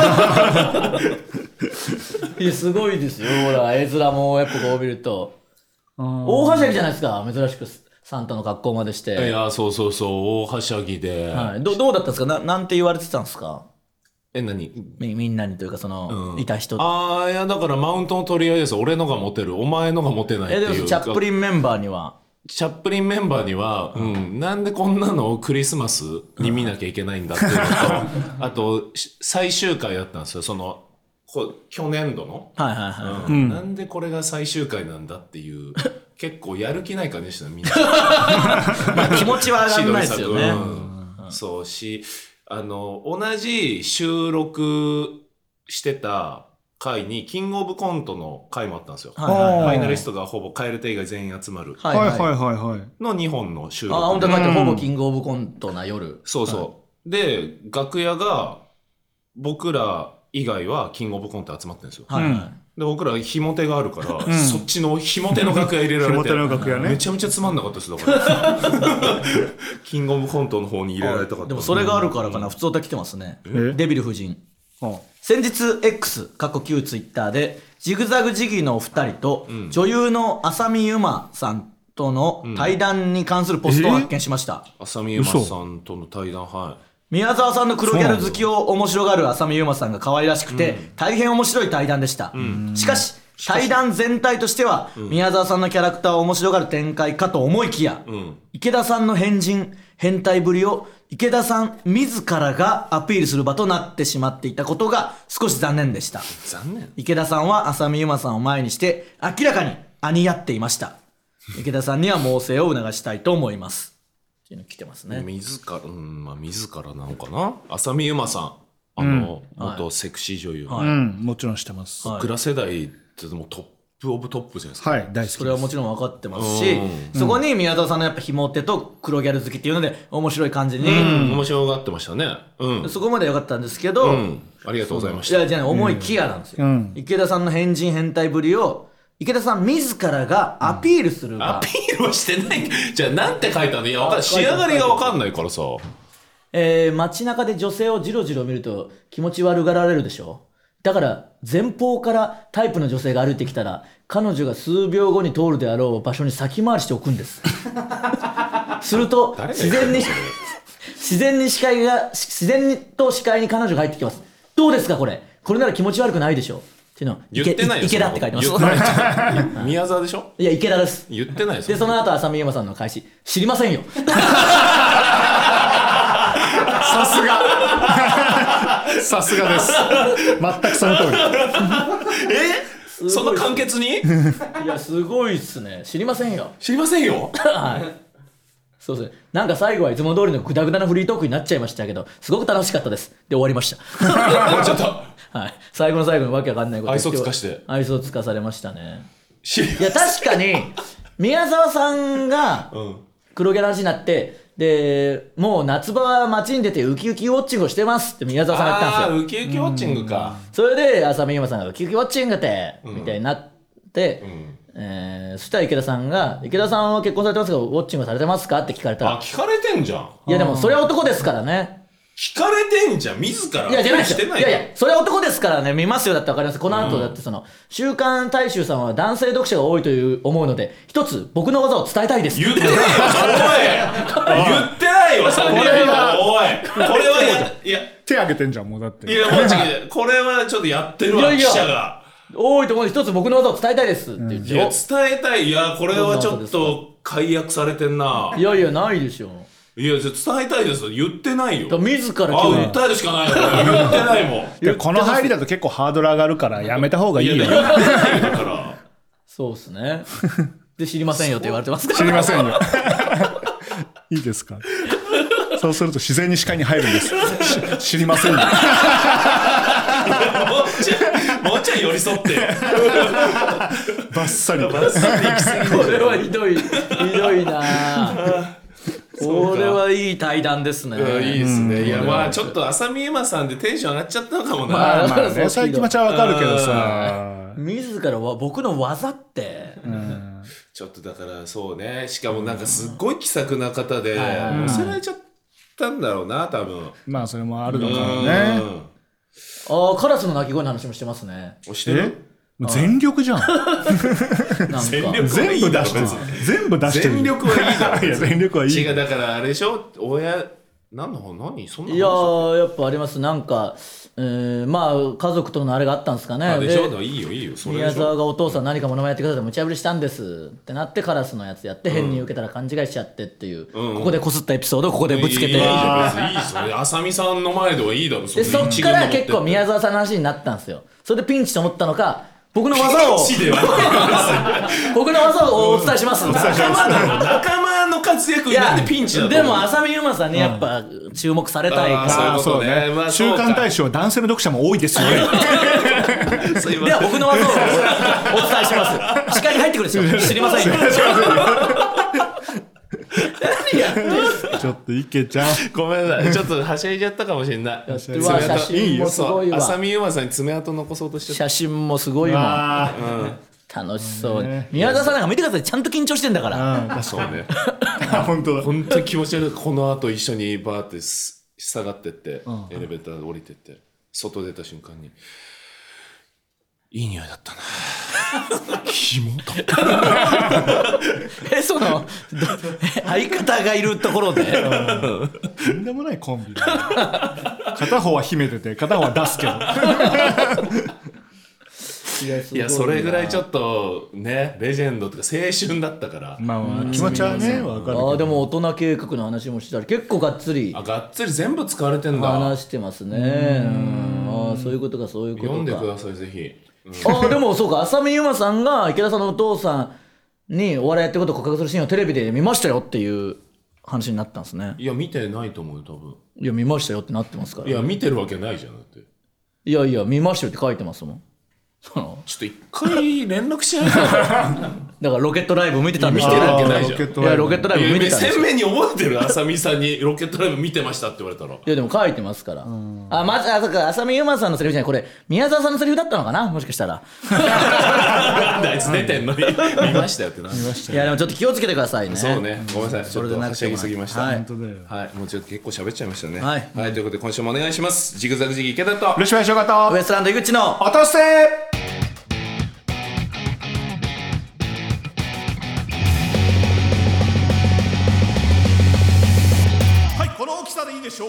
いやすごいですよ。ほら絵面もやっぱこう見ると大はしゃぎじゃないですか。珍しくサンタの格好までして。 いやそうそうそう大はしゃぎで、 はい、ど, どうだったんですか。 な, なんて言われてたんですか。 え何み, みんなにというかその、うん、いた人。 ああいやだからマウントの取り合いです。俺のがモテるお前のがモテないっていう。 えでもチャップリンメンバーにはチャップリンメンバーには、うん、なんでこんなのをクリスマスに見なきゃいけないんだっていうのと、あと最終回だったんですよ。そのこ去年度の、 はいはいはい、 うんうん、なんでこれが最終回なんだっていう結構やる気ない感じでしたねみんなまあ気持ちは上がんないですよね、 うん、そうしあの同じ収録してた回にキングオブコントの回もあったんですよ、はいはいはい、ファイナリストがほぼ蛙亭以外全員集まる、 はいはいはいはい、 のにほんの収録。 あ本当にほぼキングオブコントな夜。 そうそう、はい、で楽屋が僕ら以外はキングオブコント集まってるんですよ、はいはい、で僕らひも手があるから、うん、そっちのひも手の楽屋入れられてひも手の楽屋、ね、めちゃめちゃつまんなかったですだからキングオブコントの方に入れられたかった。 でもそれがあるからかな、普通歌来てますね。デビル夫人、先日 X 過去旧ツイッターでジグザグジギーのお二人と、うん、女優の浅見ゆまさんとの対談に関するポストを発見しました、 うん、浅見ゆまさんとの対談、はい。 宮沢さんの黒ギャル好きを面白がる浅見ゆまさんが可愛らしくて、うん、大変面白い対談でした、うん、しかし対談全体としては、うん、宮沢さんのキャラクターを面白がる展開かと思いきや、うん、池田さんの変人変態ぶりを池田さん自らがアピールする場となってしまっていたことが少し残念でした。 残念。 池田さんは浅見ゆまさんを前にして明らかに兄やっていました池田さんには猛省を促したいと思いますっていうの来てますね。 自ら、うんまあ、自らなのかな。浅見ゆまさんあの、うん、元セクシー女優、 はい、うん、もちろんしてます。 僕ら世代ってもうトップオブトップじゃないですか。 はい、大好きです。 それはもちろん分かってますし、うん、そこに宮沢さんのやっぱひも手と黒ギャル好きっていうので面白い感じに、 うん、面白がってましたね、うん、 そこまで良かったんですけど、うん、 ありがとうございました。 いやじゃあ思いきやなんですよ、うん、池田さんの変人変態ぶりを池田さん自らがアピールするが、 うん、アピールはしてないじゃあなんて書いたの。いや仕上がりが分かんないからさ、 えー、街中で女性をじろじろ見ると気持ち悪がられるでしょ。だから前方からタイプの女性が歩いてきたら彼女が数秒後に通るであろう場所に先回りしておくんですすると自然に自然に視界が自然と視界に彼女が入ってきます。どうですかこれこれなら気持ち悪くないでしょっていうの言ってないよ。 池田って書いてます。 宮沢でしょ。 いや池田です。 言ってないです。 でその後浅見ゆまさんの開始知りませんよさすがさすがです。全くその通りえそんな簡潔にいやすごいっすね。知りませんよ知りませんよはいそうですね。なんか最後はいつも通りのグダグダなフリートークになっちゃいましたけどすごく楽しかったですで終わりました終わっちゃったはい、最後の最後にわけわかんないこと愛想つかして愛想つかされましたね。いや確かに宮沢さんが黒ギャラ話になってでもう夏場は街に出てウキウキウォッチングをしてますって宮沢さんが言ったんですよ。 あーウキウキウォッチングか。 それで浅見ゆまさんがウキウキウォッチングって、うん、みたいになって、うんえー、そしたら池田さんが池田さんは結婚されてますけどウォッチングされてますかって聞かれたらあ聞かれてんじゃん。 いやでもそれは男ですからね。 聞かれてんじゃん自ら。 いやじゃないですよ。いやいやそれは男ですからね見ますよだって分かります。この後だってその、うん、週刊大衆さんは男性読者が多いという思うので一つ僕の技を伝えたいです。 言ってないよおい言ってないよそれはおいこれはやいや手挙げてんじゃんもうだって。 いやマジでこれはちょっとやってるわ記者が多いと思うので一つ僕の技を伝えたいですって言って、うん、いや伝えたい。いやこれはちょっと解約されてんな。 いやいやないでしょ。 いや伝えたいです言ってないよ。 自らあ訴えるしかないよ言ってないもんいやこの入りだと結構ハードル上がるからやめた方がいいよ。いや言ってないだからそうっすねで知りませんよって言われてますから知りませんよいいですかそうすると自然に視界に入るんですし知りませんねもうちょいもうちょい寄り添ってバッサリバッサリ行き過ぎこれはひどいひどいなこれはいい対談ですね。 うんいいですね。いやまあちょっと浅見ゆまさんでテンション上がっちゃったのかもな。 まあまあねそういう気持ちはわかるけどさ自らは僕の技ってちょっとだからそうね。しかもなんかすっごい気さくな方でうん乗せられちゃったんだろうな多分。 まあそれもあるのかもねああカラスの鳴き声の話もしてますね。 うん。してる？ 全力じゃんなんか全力全部出してる全部出してる全力はいいだろ。 いや全力はいい違うだからあれでしょ親何の何そんな話いやーやっぱありますなんか、えー、まあ家族とのあれがあったんですかね。 あでしょでいいよいいよそれでしょ宮沢がお父さん何かモノマネやってくださいって無茶ぶりしたんですってなってカラスのやつやって変に受けたら勘違いしちゃってっていう、 うんここでこすったエピソードをここでぶつけて、 いいよ別にいいそれ浅見さんの前ではいいだろ。 でそっから結構宮沢さんの話になったんですよ。それでピンチと思ったのか僕の技をピンチでは僕の技をお伝えします仲間だろ仲間の活躍になんでピンチだと思うでも浅見ゆまさんにやっぱ注目されたいあーかそういうことねまあ週刊大使は男性の読者も多いですよねらすいませんでは僕の技をお伝えします視界に入ってくるんですよ知りませんよ何やってんすかちょっと池ちゃんごめんなさいちょっとはしゃいじゃったかもしれない。 うわ写真もすごいわ浅見ゆまさんに爪痕残そうとしちゃっ写真もすごいもんあ楽しそうにね宮沢さんなんか見てくださいちゃんと緊張してんだからあた。そうねあ本当だ本当に気持ち悪い。この後一緒にバーってす下がってってエレベーターで降りてって外出た瞬間にいい匂いだったなキモとえそのど相方がいるところでとんでもないコンビだ片方は秘めてて片方は出すけどいやそれぐらいちょっとねレジェンドとか青春だったからまあまあ気持ちはねわかるけあどーでも大人計画の話もしたら結構がっつりあがっつり全部使われてんだ。 話してますねうんあーそういうことかそういうことか読んでくださいぜひ。 あーでもそうか浅見ゆまさんが池田さんのお父さんにお笑いやってることを告白するシーンをテレビで見ましたよっていう話になったんですね。 いや見てないと思うよ多分。 いや見ましたよってなってますから。 いや見てるわけないじゃんだって。 いやいや見ましたよって書いてますもん。そのちょっと一回連絡しないと。 だからロケットライブ見てたんです見てるよ。 わけないじゃんロケットいやロケットライブ見てたんですよ。 鮮明に覚えてる浅見さんにロケットライブ見てましたって言われたら。 いやでも書いてますから。あまずあそっか浅見ゆまさんのセリフじゃないこれ宮沢さんのセリフだったのかなもしかしたら。 あいつ出てんのに見ましたよってな。 いやでもちょっと気をつけてくださいね。 そうねごめんなさいちそれでなくてもょっとはしゃぎすぎました。 はい本当だよはい、もうちょっと結構喋っちゃいましたね。 はいということで今週もお願いします。ジグザグジギー池田と。 ルシファー翔方ウエストランド井口の落とせはいこの大きさでいいでしょう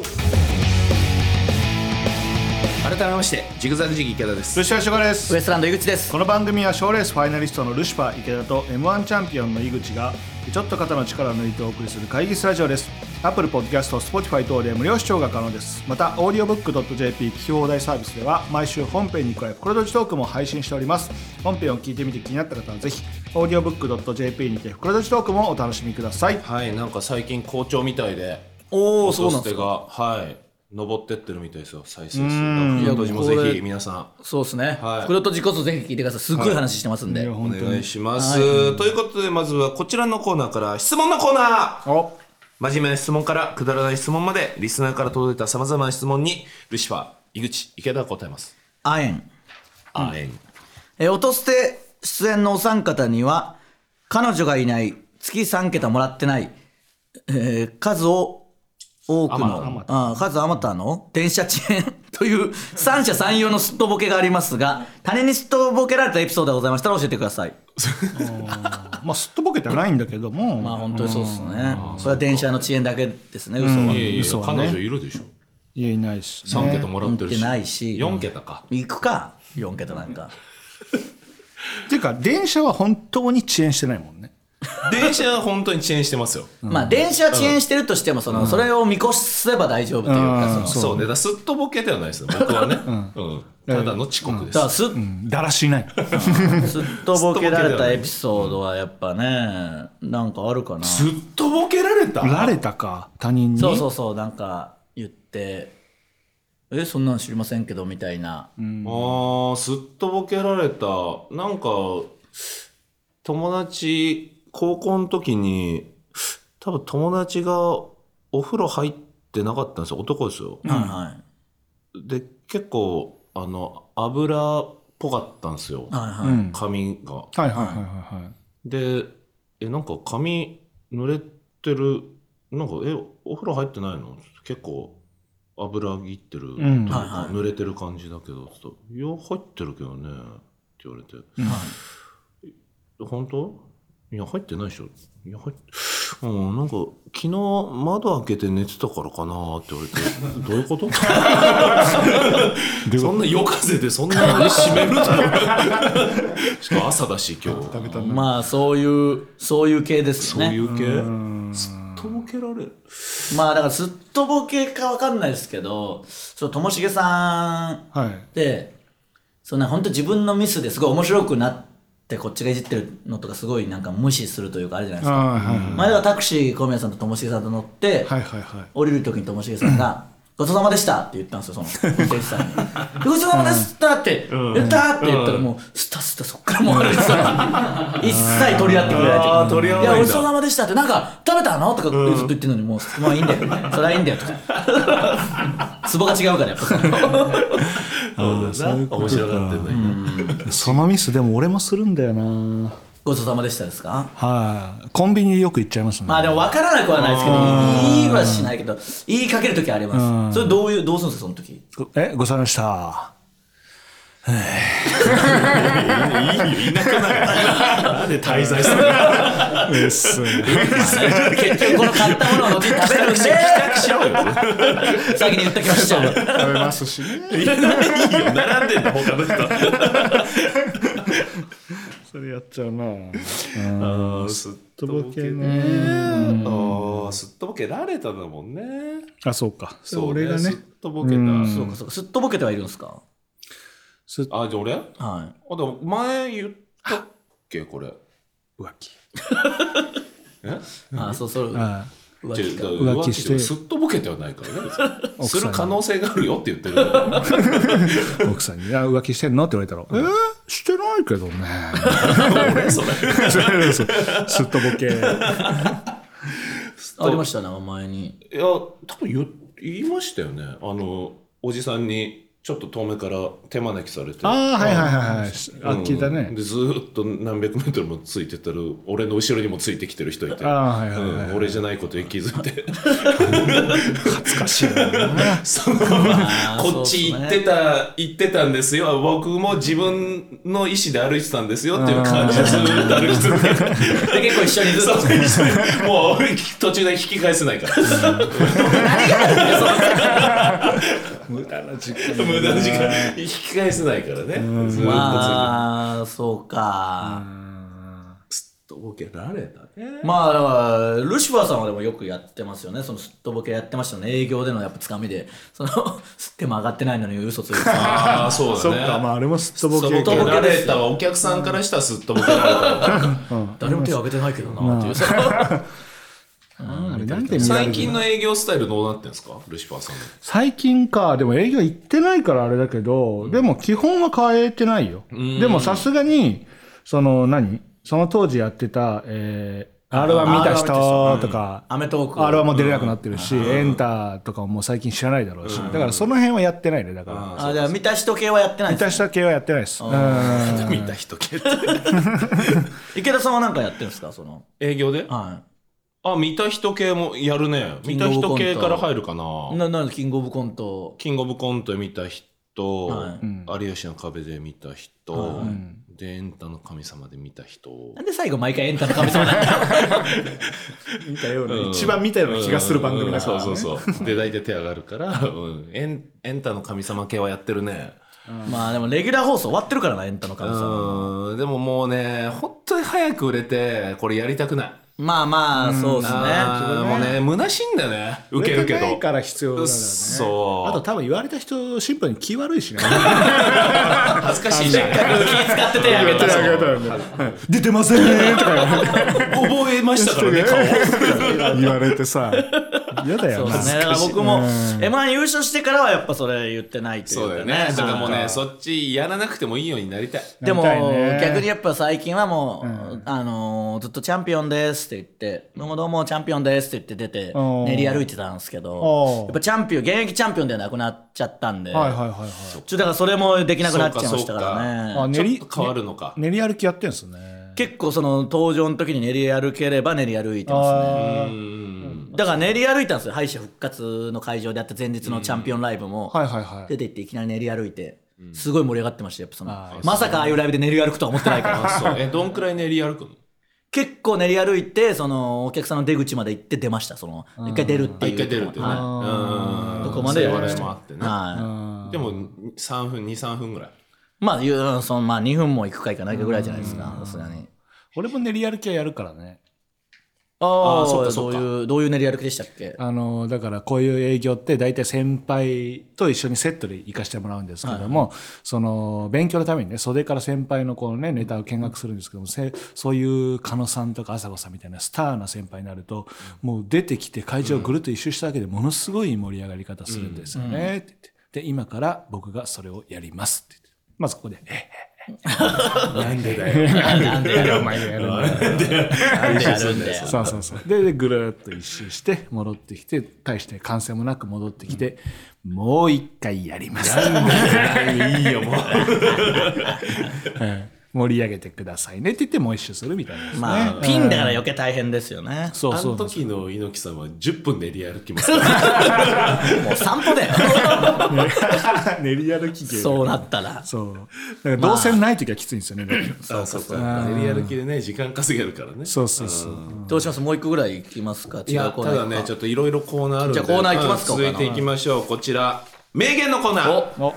改めましてジグザグジギー池田です。 ルシファー翔方ですウエストランド井口です。 この番組は賞レースファイナリストのルシファー池田と エムワン チャンピオンの井口がちょっと肩の力を抜いてお送りする会議室ラジオです。 Apple Podcast、Spotify 等で無料視聴が可能です。また オーディオブックドットジェーピー 聞き放題サービスでは毎週本編に加え袋とじトークも配信しております。本編を聞いてみて気になった方はぜひ オーディオブックドットジェーピー にて袋とじトークもお楽しみください。 はい、なんか最近好調みたいで。 おお音そうなんですか。 捨てがはい登ってってるみたいですよ再生数。 ん袋とじもいやこれぜひ皆さんそうですね。 はい袋とじこそぜひ聞いてください。すっごい話してますんで。 いやお本当に願いします。ということでまずはこちらのコーナーから質問のコーナー。 お真面目な質問からくだらない質問までリスナーから届いたさまざまな質問にルシファー井口池田が答えます。 あえん。 あえん。 えー、音捨て出演のお三方には彼女がいない月さん桁もらってない、えー数を多くのあまあ数あまたの電車遅延という三者三様のすっとぼけがありますが他人にすっとぼけられたエピソードがございましたら教えてください。 まあすっとぼけてはないんだけどもまあ本当にそうですね。それは電車の遅延だけですね嘘は。 いやいや嘘はね彼女いるでしょ。 いやいないし、 さん桁もらってるし。 言ってないしよん桁か。 行くかよん桁なんか。 っていうか電車は本当に遅延してないもんね電車は本当に遅延してますよ。 まあ電車は遅延してるとしてもそのそれを見越せば大丈夫というかそのそうね、だからすっとぼけではないですよ僕はね、うんただの遅刻です。 だからすっうんだらしないすっとぼけられたエピソードはやっぱねなんかあるかな。 すっとぼけられたられたか他人に。 そうそうそうなんか言ってえそんなん知りませんけどみたいな、 あーすっとぼけられた。なんか友達高校の時に多分友達がお風呂入ってなかったんですよ。男ですよ、 はいはいで結構あの油っぽかったんですよ、 はいはい、 うん髪が。 はいはいはいはいはいでえなんか髪濡れてるなんかえお風呂入ってないの結構油ぎってるといううんか、 はいはい濡れてる感じだけどちょっといや入ってるけどねって言われて、本当いや入ってないでしょいや入ってうんなんか昨日窓開けて寝てたからかなって言われてどういうことそんな夜風でそんな閉めるとしかも朝だし今日まあそういうそういう系ですそうよね。 いう系すっとぼけられる。 まあだからすっとぼけかわかんないですけどそうともしげさんはいでそんな本当自分のミスですごい面白くなってこっちがいじってるのとかすごいなんか無視するというかあるじゃないですか。 はいはい前だからタクシー小宮さんとともしげさんと乗って、 はいはいはい降りる時にともしげさんが「ごちそうさまでした」って言ったんですよその運転手さんに「ごちそうさまでした」って言ったって言ったらもうスタスタそっからもう歩いてたの一切取り合ってくれないっていうあー取り合わいないんだやごちそうさまでしたってなんか食べたのとかずっと言ってるのにもうまあいいんだよそれはいいんだよとかツボが違うからやっぱそのそうだな面白がってんだ今そのミスでも俺もするんだよな。 ごちそうさまでしたですか。 はいコンビニよく行っちゃいますね。 まあでも分からなくはないですけど言いはしないけど言いかける時あります。それどういうどうするんですかその時。 えごちそうさまでしたいいよ田舎なのなんで滞在するのうっす結局この買ったものを後に食べるんで帰宅しろよ先に言っときましょう。 食べますしね。 いいよ並んでんの他の人それやっちゃうな。 あーすっとぼけねあーすっとぼけられたんだもんね。 あそうかそう俺がねすっとぼけた。 そうかそうかすっとぼけてはいるんですか。 すあじゃあ俺はい。 あでも前言ったっけこれ浮気えあそうそうあ浮気か。 浮気浮気してすっとぼけてはないからね奥さんにする可能性があるよって言ってるから奥さんにあ浮気してんのって言われたらえー、してないけどね俺それそうそうすっとぼけありましたね前に。 いや多分言言いましたよねあのおじさんにちょっと遠目から手招きされてああはいはいはいはいあ聞いたねでずーっと何百メートルもついてたら俺の後ろにもついてきてる人いてああはいはいはいはいうん俺じゃないことに気づいて恥ずかしいなそのあーこっち行ってた行ってたんですよ僕も自分の意思で歩いてたんですよっていう感じでずーっと歩き続けてで結構一緒にずっとそう一緒にもう俺途中で引き返せないから無駄な時間無駄な時間引き返せないからねずーっとついてまあそうか。 すっとぼけられたねまあだからルシファーさんはでもよくやってますよねそのすっとぼけやってましたよね営業でのやっぱつかみでその手も上がってないのに嘘ついてああそうそっだねかまああれもすっとぼけすっとぼけられたわお客さんからしたらすっとぼけられたわ誰も手を挙げてないけどなっていうさあれなんで見られる最近の営業スタイルどうなってんですかルシファーさんの最近かでも営業行ってないからあれだけど、でも基本は変えてないよ、でもさすがにその何その当時やってた、えー、アールワン 見た人とか、 アメトークアールワン も出れなくなってるし、エンターとかももう最近知らないだろうし、だからその辺はやってないねだからあじゃあ見た人系はやってない見たんですね。 人系はやってないですうん見た人系って池田さんは何かやってるんですかその営業ではあ見た人系もやるね見た人系から入るかないななんキングオブコントキングオブコント見た人、 はい有吉の壁で見た人、 はいでエンタの神様で見た人なんで最後毎回エンタの神様なんだよ見たような、 うん一番見たような気がする番組だから、ねうんそうそうそうで大体手上がるから、うん、エンエンタの神様系はやってるねまあでもレギュラー放送終わってるからな、エンタの神様。 うんでももうね本当に早く売れてこれやりたくない。 まあまあそうですね。 あーもうね虚しいんだよね。受けるけど売れてないから必要だからね。 そうあと多分言われた人シンプルに気悪いしね。 恥ずかしいじゃん。 気使って手あげたし。 出てませんとか覚えましたからね顔。 言われてさ嫌だよな。 そうですね。だから僕も エムワン 優勝してからはやっぱそれ言ってないというかね。 そうだよね。だからもうねそっちやらなくてもいいようになりたい。 でもなりたいね逆にやっぱ最近はもう、あのーずっとチャンピオンですって言ってどうもどうもチャンピオンですって言って出てうん練り歩いてたんですけうど、 んやっぱチャンピオン現役チャンピオンではなくなっちゃったんで、 はいはいはいはい。 ちょっとだからそれもできなくなっちゃいましたからね。 あ練りちょっと変わるのか。 練り歩きやってんすね。 結構その登場の時に練り歩ければ練り歩いてますね。 うんだから練り歩いたんですよ。敗者復活の会場であった前日のチャンピオンライブもはいはいはい。 出て行っていきなり練り歩いてすごい盛り上がってましたよ。やっぱそのまさかああいうライブで練り歩くとは思ってないからあそうえどんくらい練り歩くの？ 結構練り歩いてそのお客さんの出口まで行って出ました。その一回出るっていうあ一回出るってね。 はうんどこまでそういう笑いもあってね。 はいでもさんぷんにさんぷんぐらい。 まあいうそのまあにふんも行くか行かないかぐらいじゃないですか。さすがに。 俺も練り歩きはやるからね。 ああそっかそっかどういうどういう練り歩きでしたっけ？ あのだからこういう営業って大体先輩と一緒にセットで行かせてもらうんですけども、その勉強のためにね袖から先輩のこのねネタを見学するんですけども、せそういう狩野さんとか朝子さんみたいなスターな先輩になると、もう出てきて会場をぐるっと一周しただけでものすごい盛り上がり方するんですよねって言って、で今から僕がそれをやりますって言って、まずここで「えなんでだよ。 なんでやるお前がやるんだよ」 なんでやるんだよ。 そうそうそう。で、でぐるっと一周して戻ってきて、大して歓声もなく戻ってきて、もう一回やります。 いいよもう。 うん盛り上げてくださいねって言ってもう一周するみたいなですね。 まあピンだから余計大変ですよね。 あのそうそうそう。 時の猪木さんはじゅっぷんで練り歩きますから。 もう散歩だよ。 練り歩き系。 そうなったら。 そう。だから動線ない時はきついんですよね。だからあそうか。練り歩きでね時間稼げるからね。 そうそうそう。 どうします？もう一個ぐらい行きますか？違いうやコーナー行くかただねちょっといろいろコーナーあるんで。 じゃあコーナー行きますかうん続いていきましょう。こちら名言のコーナー。 おお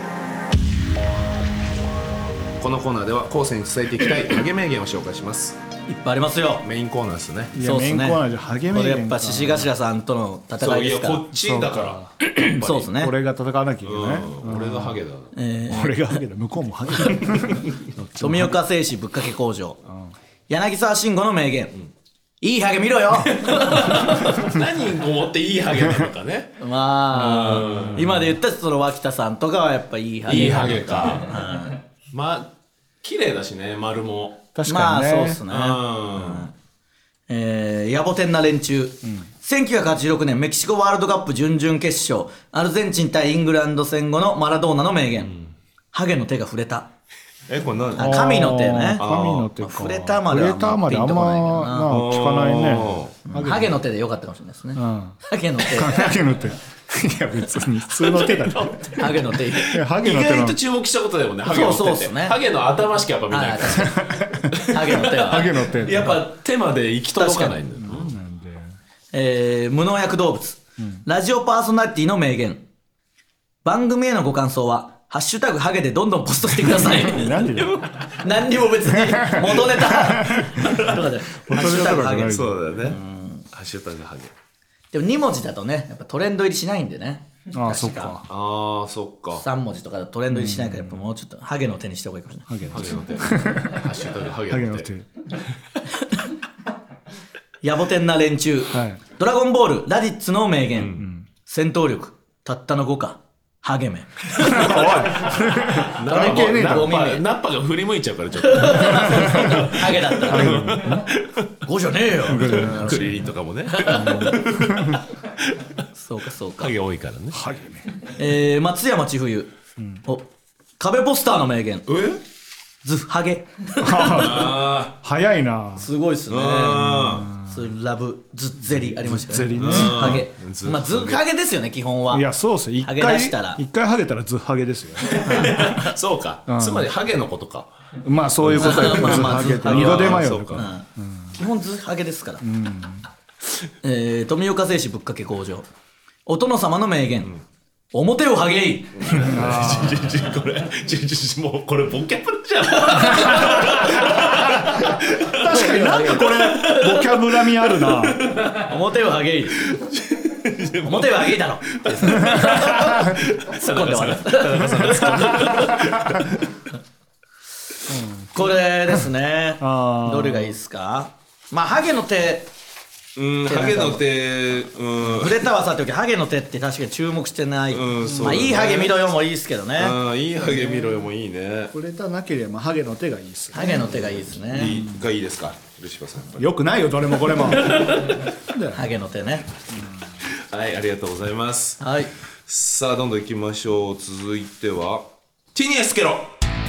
このコーナーでは後世に伝えていきたい励名言を紹介します。 いっぱいありますよ。 メインコーナーですね。 いやそうっすねメインコーナーじゃ励これやめるっぱ獅子頭さんとの戦そういやいですからこっちだから。 そうですね。 俺が戦わなきゃいけない。 うん俺がハゲだ。 俺がハゲだ。向こうもハゲだ。 富岡製紙ぶっかけ工場、柳沢慎吾の名言、いいハゲ見ろよ。 何をもっていいハゲなのかね。 まあ今で言ったその脇田さんとかはやっぱいいハゲいいハゲか。まあ綺麗だしね丸も。 確まかにね。 あそうっすね、 うんえー、野暮天な連中、せんきゅうひゃくはちじゅうろくねんメキシコワールドカップ準々決勝アルゼンチン対イングランド戦後のマラドーナの名言、ハゲの手が触れた。 えこれ何？ あ神の手ね。 神の手か。 触れたまでは触れたまであんまな聞かないね。 ハゲの手でよかったかもしれないですね、ハゲの手ハゲの手。いや別に普通の手だろ。 ハゲの手いやハゲ意の手の外と注目したことだよね。ハゲの手って。 そうそうっすねハゲの頭しかやっぱ見ないあか確かにハゲの手はハゲの手。 ら。やっぱ手まで行き届かないんだよな。 えー無農薬動物、ラジオパーソナリティの名言、番組へのご感想はハッシュタグハゲでどんどんポストしてください。 なんでだよ。 何にも別に元ネタとかでハッシュタグハゲ。 そうだよね。ハッシュタグハゲ。 でもに文字だとねやっぱトレンド入りしないんでね。 ああそっか。 ああそっか。 さん文字とかだとトレンド入りしないからやっぱもうちょっとハゲの手にした方がいいかもしれない。 ハゲの手。 ハゲの手。ハッシュタグハハゲのゲの手。 手。 野暮天な連中、 はいドラゴンボールラディッツの名言、戦闘力たったのごか励め。 ナッ係ねえだろパナッパが振り向いちゃうからちょっと。 ハゲだったらごじゃねえよ。 クリリンとかもね。 そうかそうかハ。ゲ多いからね。 ハゲね。 えー、松山千冬、お壁ポスターの名言、 え？ ズハゲ。 あ早いな。 すごいっすね。 あ。 そういうラブズッゼリありましたよね。 ズッゼリねズハゲズッまあズハゲですよね基本は。 いやそうっすよ。一ハゲ回出したら一回ハゲたらずっハゲですよ。 そうか。つまりハゲのことか。 まあそういうことよ。ずっまあまあハゲってずっハゲ二度手間そうかよとか。 基本ズハゲですから。えー富岡製紙ぶっかけ工場、お殿様の名言、 表をハゲい。 これちちちもうこれボキャブラじゃん。 確かになんかこれボキャブラミあるな。 表をハゲい。表はハゲいだろ。突っ込んで終わる。これですね。 あーどれがいいですか。まあハゲの手。 うんハゲの手うん触れたはさておきハゲの手って確かに注目してない、 うんそうだねまあいいハゲ見ろよもいいですけどね。 ああいいハゲ見ろよもいいね。 触れたなければハゲの手がいいですよね。 ハゲの手がいいですね。 いいがいいですかルシファーさんやっぱり。 よくないよどれもこれも。 ハゲの手ね。 はいありがとうございます。 はい。 さあどんどん行きましょう。続いては地に足つけろ。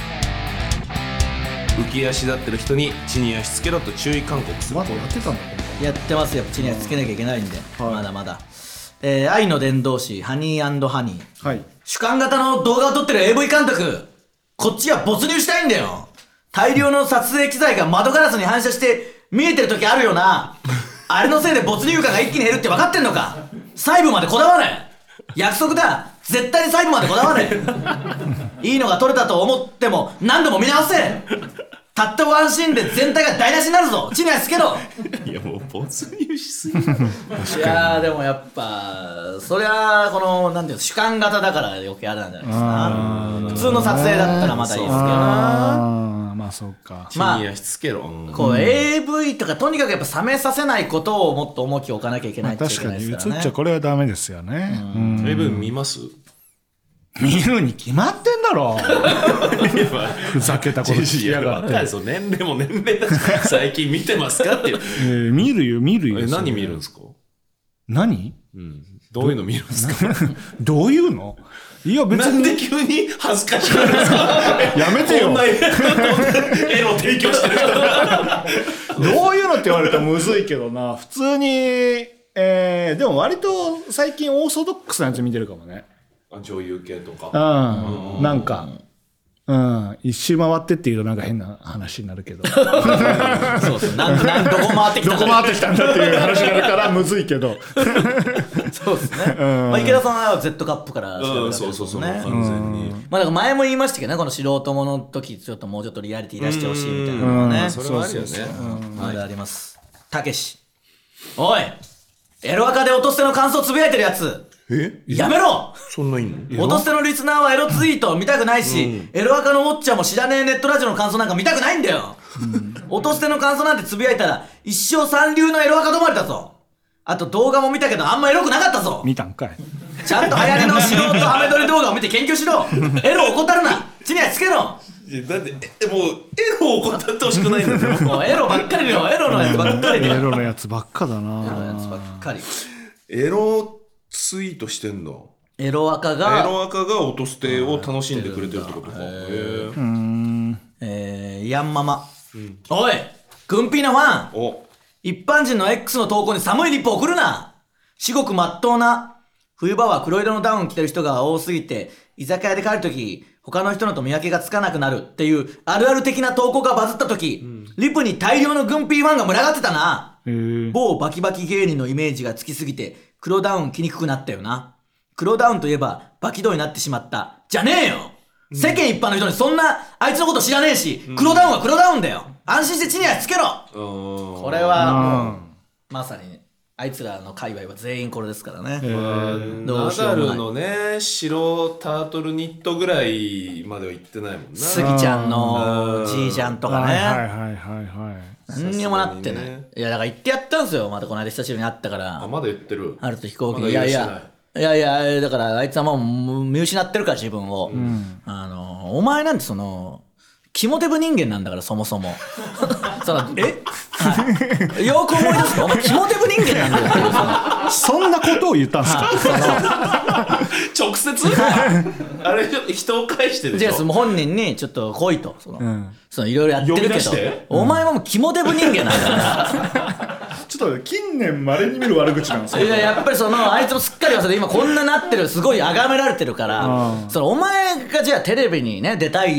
浮き足立ってる人に地に足つけろと注意勧告する。 まだやってたんだね。 やってますよ。地にはつけなきゃいけないんで、 はいまだまだ。えー、愛の伝道師ハニー&ハニー。 はい。 主観型の動画を撮ってる エーブイ 監督、こっちは没入したいんだよ。大量の撮影機材が窓ガラスに反射して見えてる時あるよな。あれのせいで没入感が一気に減るって分かってんのか。細部までこだわれ。約束だ。絶対に細部までこだわれ。いいのが撮れたと思っても何度も見直せ。たったワンシーンで全体が台無しになるぞ。地に足つけろ。 いやもう没入しすぎる。 いやーでもやっぱそりゃこのなんていうの主観型だから余計あれなんじゃないですか。普通の撮影だったらまだいいですけどな。 あーまあそうか。 地に足つけろ。うんこう エーブイ とかとにかくやっぱ冷めさせないことをもっと重きを置かなきゃいけないっていけ確かに映っないですからね。 ちゃこれはダメですよね。うんエブン見ます？ 見るに決まってんだろ。ふざけたことしやがって。 いやそう年齢も年齢だし最近見てますかっていう。 えー見るよ見るよ。 え何見るんの？ ですか？ 何？ うんどういうの見るんですか？ どういうの？いや別なんにで急に恥ずかしくなるんですか？ やめてよ。 こんな絵の提供してる人が。 どういうのって言われたらむずいけどな。普通に、えー、でも割と最近オーソドックスなやつ見てるかもね。 女優系とか。 うん。なんか、うん。一周回ってっていうとなんか変な話になるけど。どそうそう。なんなんどこ回ってきたこ回ってきたんだっていう話になるからむずいけど。 そうですね。まあ池田さんは Z カップから調べたわうんけですそうそうそうもんね。 完全に。 まあだから前も言いましたけどね、この素人もの時ちょっともうちょっとリアリティ出してほしいみたいなのはね。 それはあるよね。 まだあります。たけし。おいエロアカで落とし手の感想つぶやいてるやつえやめろ。 そんないいの？ 落とし手のリスナーはエロツイート見たくないし、エロアカのウォッチャーも知らねえネットラジオの感想なんか見たくないんだよ。落とし手の感想なんてつぶやいたら一生三流のエロアカ止まりだぞ。あと動画も見たけどあんまエロくなかったぞ。 見たんかい。 ちゃんと流行りの素人ハメ撮り動画を見て研究しろ。エロを怠るな。地にはつけろ。 いやだってえもうエロを怠ってほしくないんだよ。 もうエロばっかりよ。エロのやつばっかりだよ。 エロのやつばっかだエロのやな。 つばっかり。 エロツイートしてんの？ エロアカエが、 ロアカが落とす手を楽しんでくれてるってことか。へえ。 うーん。 えー、ヤンママ。おいグンピーなファン。 お一般人の X の投稿に寒いリップを送るな。至極まっとうな。冬場は黒色のダウン着てる人が多すぎて、居酒屋で帰るとき、他の人のと見分けがつかなくなるっていうあるある的な投稿がバズったとき、リプに大量のグンピーファンが群がってたな。 えー、 某バキバキ芸人のイメージがつきすぎて、黒ダウン着にくくなったよな。黒ダウンといえば、バキドになってしまった。じゃねえよ、うん、世間一般の人にそんな、あいつのこと知らねえし、黒ダウンは黒ダウンだよ。安心して地に足つけろ。これはもう、まさに、あいつらの界隈は全員これですからね。 えー、 ナダルのね、白タートルニットぐらいまでは行ってないもんな。 スギちゃんのじいちゃんとかね。 はいはいはいはいはい。 何にもなってない、ね、いやだから言ってやったんですよ。またこの間久しぶりに会ったから。 あまだ言ってる。 あると飛行機、 ま、 いやいやいやいやだからあいつはもう見失ってるから自分を、うん、あのお前なんてそのキモデブ人間なんだからそもそもそのえ、はい、よく思い出すとお前キモデブ人間なんだよ。 そんなことを言ったんですか。 直接あれ人を返してるでしょ。 じゃあ本人にちょっと来いとその、うん、そのいろいろやってるけど、 うん、 お前はもうキモデブ人間なんだからちょっと近年稀に見る悪口なんですよ。 いややっぱりそのあいつもすっかり忘れて今こんななってるすごい崇められてるから、うん、そのお前がじゃあテレビにね出たいと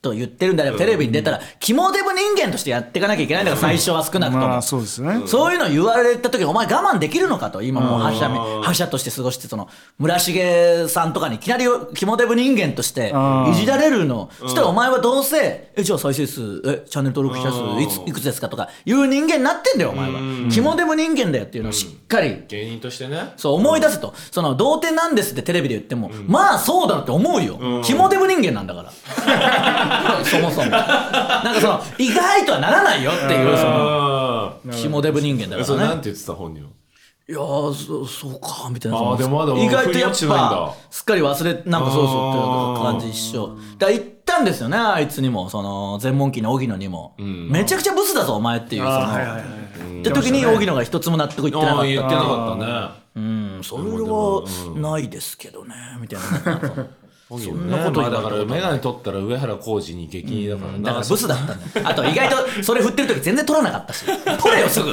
と言ってるんであればテレビに出たら肝デブ人間としてやっていかなきゃいけないんだから、最初は少なくとも、 まあそうですね。 そういうの言われた時にお前我慢できるのかと、今もう覇者覇者として過ごして、その村重さんとかにいきなり肝デブ人間としていじられるの、そしたらお前はどうせえじゃあ再生数えチャンネル登録者数いついくつですかとかいう人間になってんだよお前は。肝デブ人間だよっていうのをしっかり芸人としてね、 そう思い出すと、その童貞なんですってテレビで言っても、まあそうだろって思うよ。肝デブ人間なんだからそもそもなんかその意外とはならないよっていう、その肝デブ人間だそれからね。 なんて言ってた本人は。 いやー そ, そうかみたいな。 あーでもまだ意外とやっ腑に落ちてないんだぱすっかり忘れなんかそうそうっていう感じ一緒だから言ったんですよね、あいつにも、その全問記の荻野にも、 んめちゃくちゃブスだぞお前っていう、そのあーはいはいはいって時に荻野が一つも納得いってなかったっていうああ言ってなかったね。 うん、それはないですけどねみたいな。 そそんなこと言われたことないだから眼鏡取ったら上原浩二に激似だからな。 だからブスだったんだよ。あと意外とそれ振ってる時全然取らなかったし取れよすぐ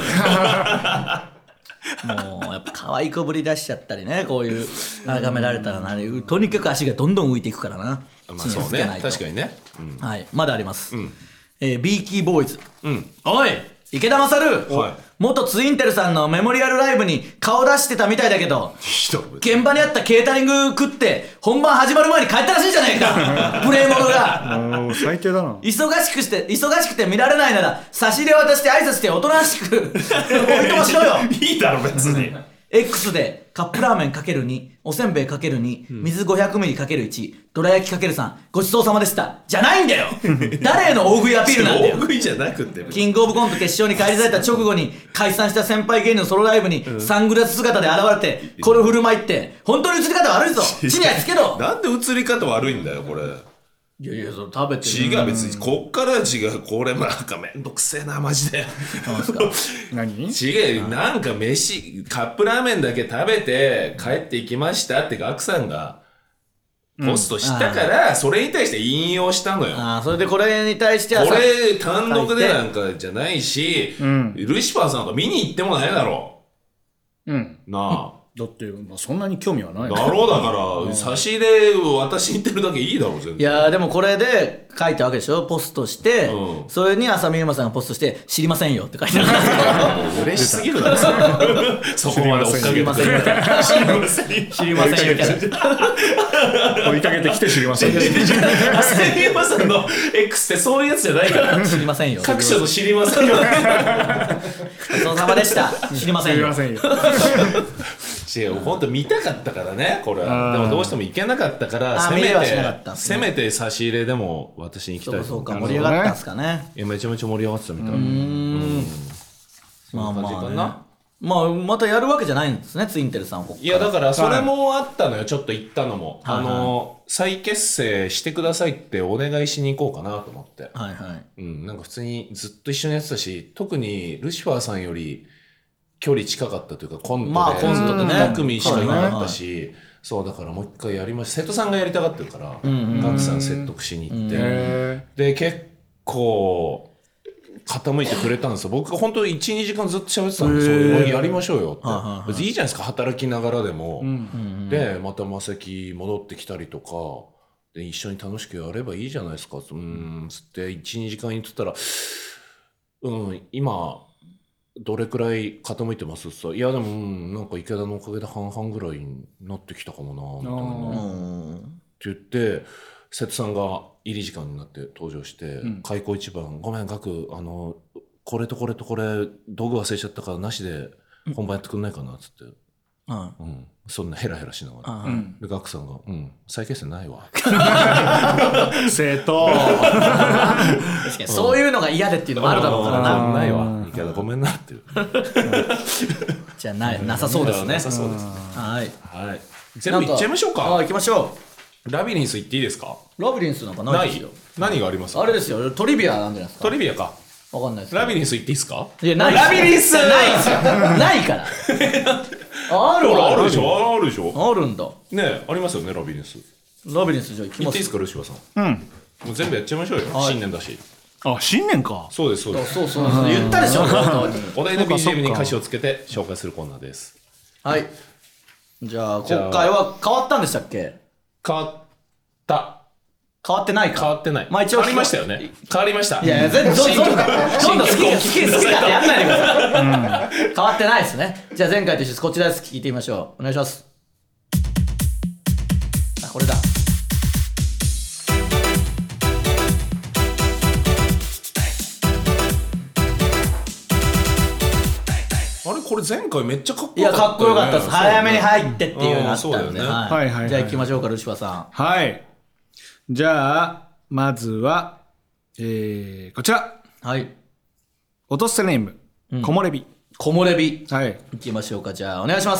もうやっぱ可愛いこぶり出しちゃったりね、こういう眺められたらな、とにかく足がどんどん浮いていくからな。 まあそうね、確かにね。うんはい、まだあります、 んえー、ビーキーボーイズ、 うんおい池田勝、 はい元ツインテルさんのメモリアルライブに顔出してたみたいだけど、 いいだろ別に現場にあったケータリング食って本番始まる前に帰ったらしいじゃねえか無礼者が。 もう最低だな。 忙しくして忙しくて見られないなら差し入れ渡して挨拶しておとなしくおいとましろよいいだろ別に。 X でカップラーメン かけるに おせんべい かけるに 水 ごひゃくミリ かけるいち どら焼き かけるさん ごちそうさまでしたじゃないんだよ誰への大食いアピールなんだよ。 大食いじゃなくてキングオブコント決勝に返り咲いた直後に解散した先輩芸人のソロライブにサングラス姿で現れてこれ振る舞いって本当に映り方悪いぞ地にはつけろ。 なんで映り方悪いんだよこれ。 いやいやそれ食べて違う別にこっから違う、これなんかめんどくせえなマジで。 なんすか何？ 違う、なんか飯カップラーメンだけ食べて帰っていきましたってガクさんがポストしたから、それに対して引用したのよ。 ああそれでこれに対してはこされ単独でなんかじゃないし、 んルシファーさんなんか見に行ってもないだろうん。 うなだって、まあ、そんなに興味はない。 あ。だろうだから差し入れを渡しに行ってるだけいいだろう全然。 いやーでもこれで書いたわけでしょ、ポストして、 うんそれに浅見ゆまさんがポストして知りませんよって書いてあるんですよ嬉しすぎるだろそこまで追っかけて知りませんよみたいな知りませんよみたいな追いかけてきて知りませんでし浅見ゆまさんの X ってそういうやつじゃないから知りませんよ各所の知りませんよごちそうさまでした知りまた。 せんよ知りませんよ。 違う本当見たかったからねこれは。でもどうしても行けなかったからあせめ見れはしなかてったんすねせめて差し入れでも私に行きたいと思って。 そうかそうか盛り上がったんすかね。 いやめちゃめちゃ盛り上がってたみたい。 うーんまあまあねまあまたやるわけじゃないんですねツインテルさんここからいやだからそれもあったのよ、ちょっと行ったのも、 はいはいあの再結成してくださいってお願いしに行こうかなと思って、 はいはいうん、なんか普通にずっと一緒にやってたし、特にルシファーさんより距離近かったというかコントで、 まあコントでねに組しかいなかったし、そうだからもう一回やりました。瀬戸さんがやりたがってるからガクさん説得しに行って、 へで結構傾いてくれたんですよ。僕本当いち、にじかんずっと喋ってたんですよ。やりましょうよって、 はいはいはい別にいいじゃないですか働きながらでも、でまたマセキ戻ってきたりとかで一緒に楽しくやればいいじゃないですか。うーんつっていち、にじかん言ってたら、うん今どれくらい傾いてますって言ったら、いやでも、うん、なんか池田のおかげで半々ぐらいになってきたかもなみたいなうんって言って瀬戸さんが入り時間になって登場して、うん、開口一番ごめんガクあのこれとこれとこれ道具忘れちゃったからなしで本番やってくんないかなっつって、 うんうん、そんなヘラヘラしながら、 うん、 でガクさんが「うん再結成ないわ」 生徒確かにそういうのが嫌でっていうのもあるだろうからな。 ないわ池田ごめんなっていうじゃあないなさそうですね。 なさそうですね。 はいはい全部いっちゃいましょうか。 あ行きましょラビリンス行っていいですか。 う。ラビリンスなんかなないいですよ。 何がありますか。 あれですよトリビアなんじゃないですか。 トリビアか。 わかんないです。 ラビリンス行っていいですか。 いやないラビリンスないですよ。ないから。あるほらあるであるしょあるでしょあるんだ。 ねありますよねラビリンス。 ラビリンスじゃあ行きます行っていいですかルシファーさん。 うん。 もう全部やっちゃいましょうよ、 はい新年だし。 あ、新年か。 そうですそうです。 そうそうそう言ったでしょ本当に。 お題の ビージーエム にそっか歌詞をつけて紹介するコーナーです。 はい。じゃあじゃあ今回は変わったんでしたっけ。 変わった変わってないか。 変わってない。 まあ一応変わりましたよね。変わりました。 いやいや、全然、どんどん、どんどん好き好き好き好きだってやんないでください。うん。変わってないですね。じゃあ前回と一緒です。こちらです。聞いてみましょう。お願いします。あ、これだ。 あれこれ前回めっちゃかっこいや、 よかった、ね。 かっこよかったです。早めに入ってっていうのがあったんで。 うんそうだよねはいはいはいはいじゃあ行きましょうか、ルシファーさん。 はいじゃあまずはえー、こちらはい。 落とせネーム木漏れ日、 木漏れ日。 はい行きましょうか。じゃあお願いします。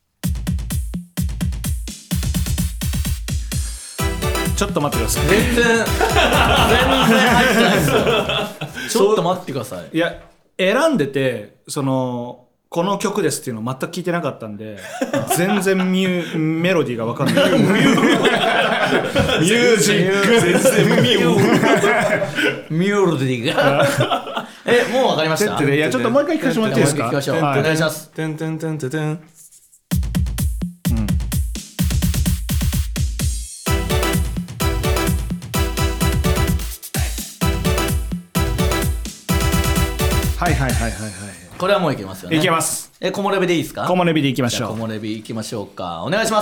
ちょっと待ってください全然、全然入ってないですよ。ちょっと待ってください。 いや選んでてそのこの曲ですっていうのを全く聞いてなかったんで全然ミュメロディーが分かんないミュージック全然ミューミュールディが。え、もう分かりましたてっていやちょっともう一回聞かせてもらっていいですかもう一回聞きましょう。 はいお願いします。 てんてんてんてんてん。 はいはいはいはいはいこれはもういけますよね。 いけます。 え、木漏れ日でいいですか？ 木漏れ日でいきましょうじゃあ木漏れ日いきましょうか。お願いします。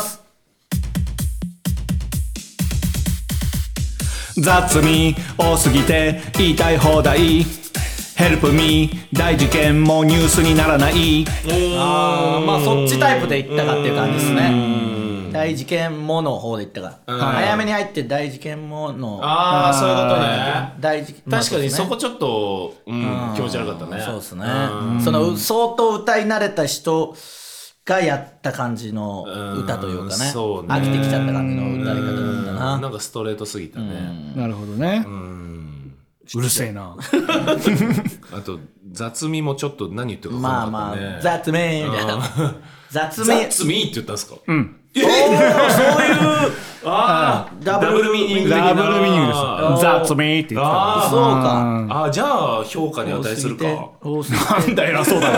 雑味多すぎて言いたい放題 Help me 大事件もニュースにならないあー、まあそっちタイプでいったかっていう感じですね。大事件もの方でいったか。早めに入って大事件もの。 ああそういうことね。 大事確かにそこちちょっと、うん、気持ち悪かったね。 そうですね。その相当歌い慣れた人がやった感じの歌というかね。 そうね飽きてきちゃった感じの歌い方なんだな。 なんかストレートすぎたね。 なるほどねうん。 うるせえなあと雑味もちょっと何言ってるか分まあからなかったね。 まあ、雑味みたいな。雑味。 雑味って言ったんですか？ うんおー、そういう、ああ、ダブルミーニング的な。 ダブルミーニングですあー雑味って言ってたあーそうか。 あじゃあ評価に値するか。 多すぎて。 なんだ偉そうだ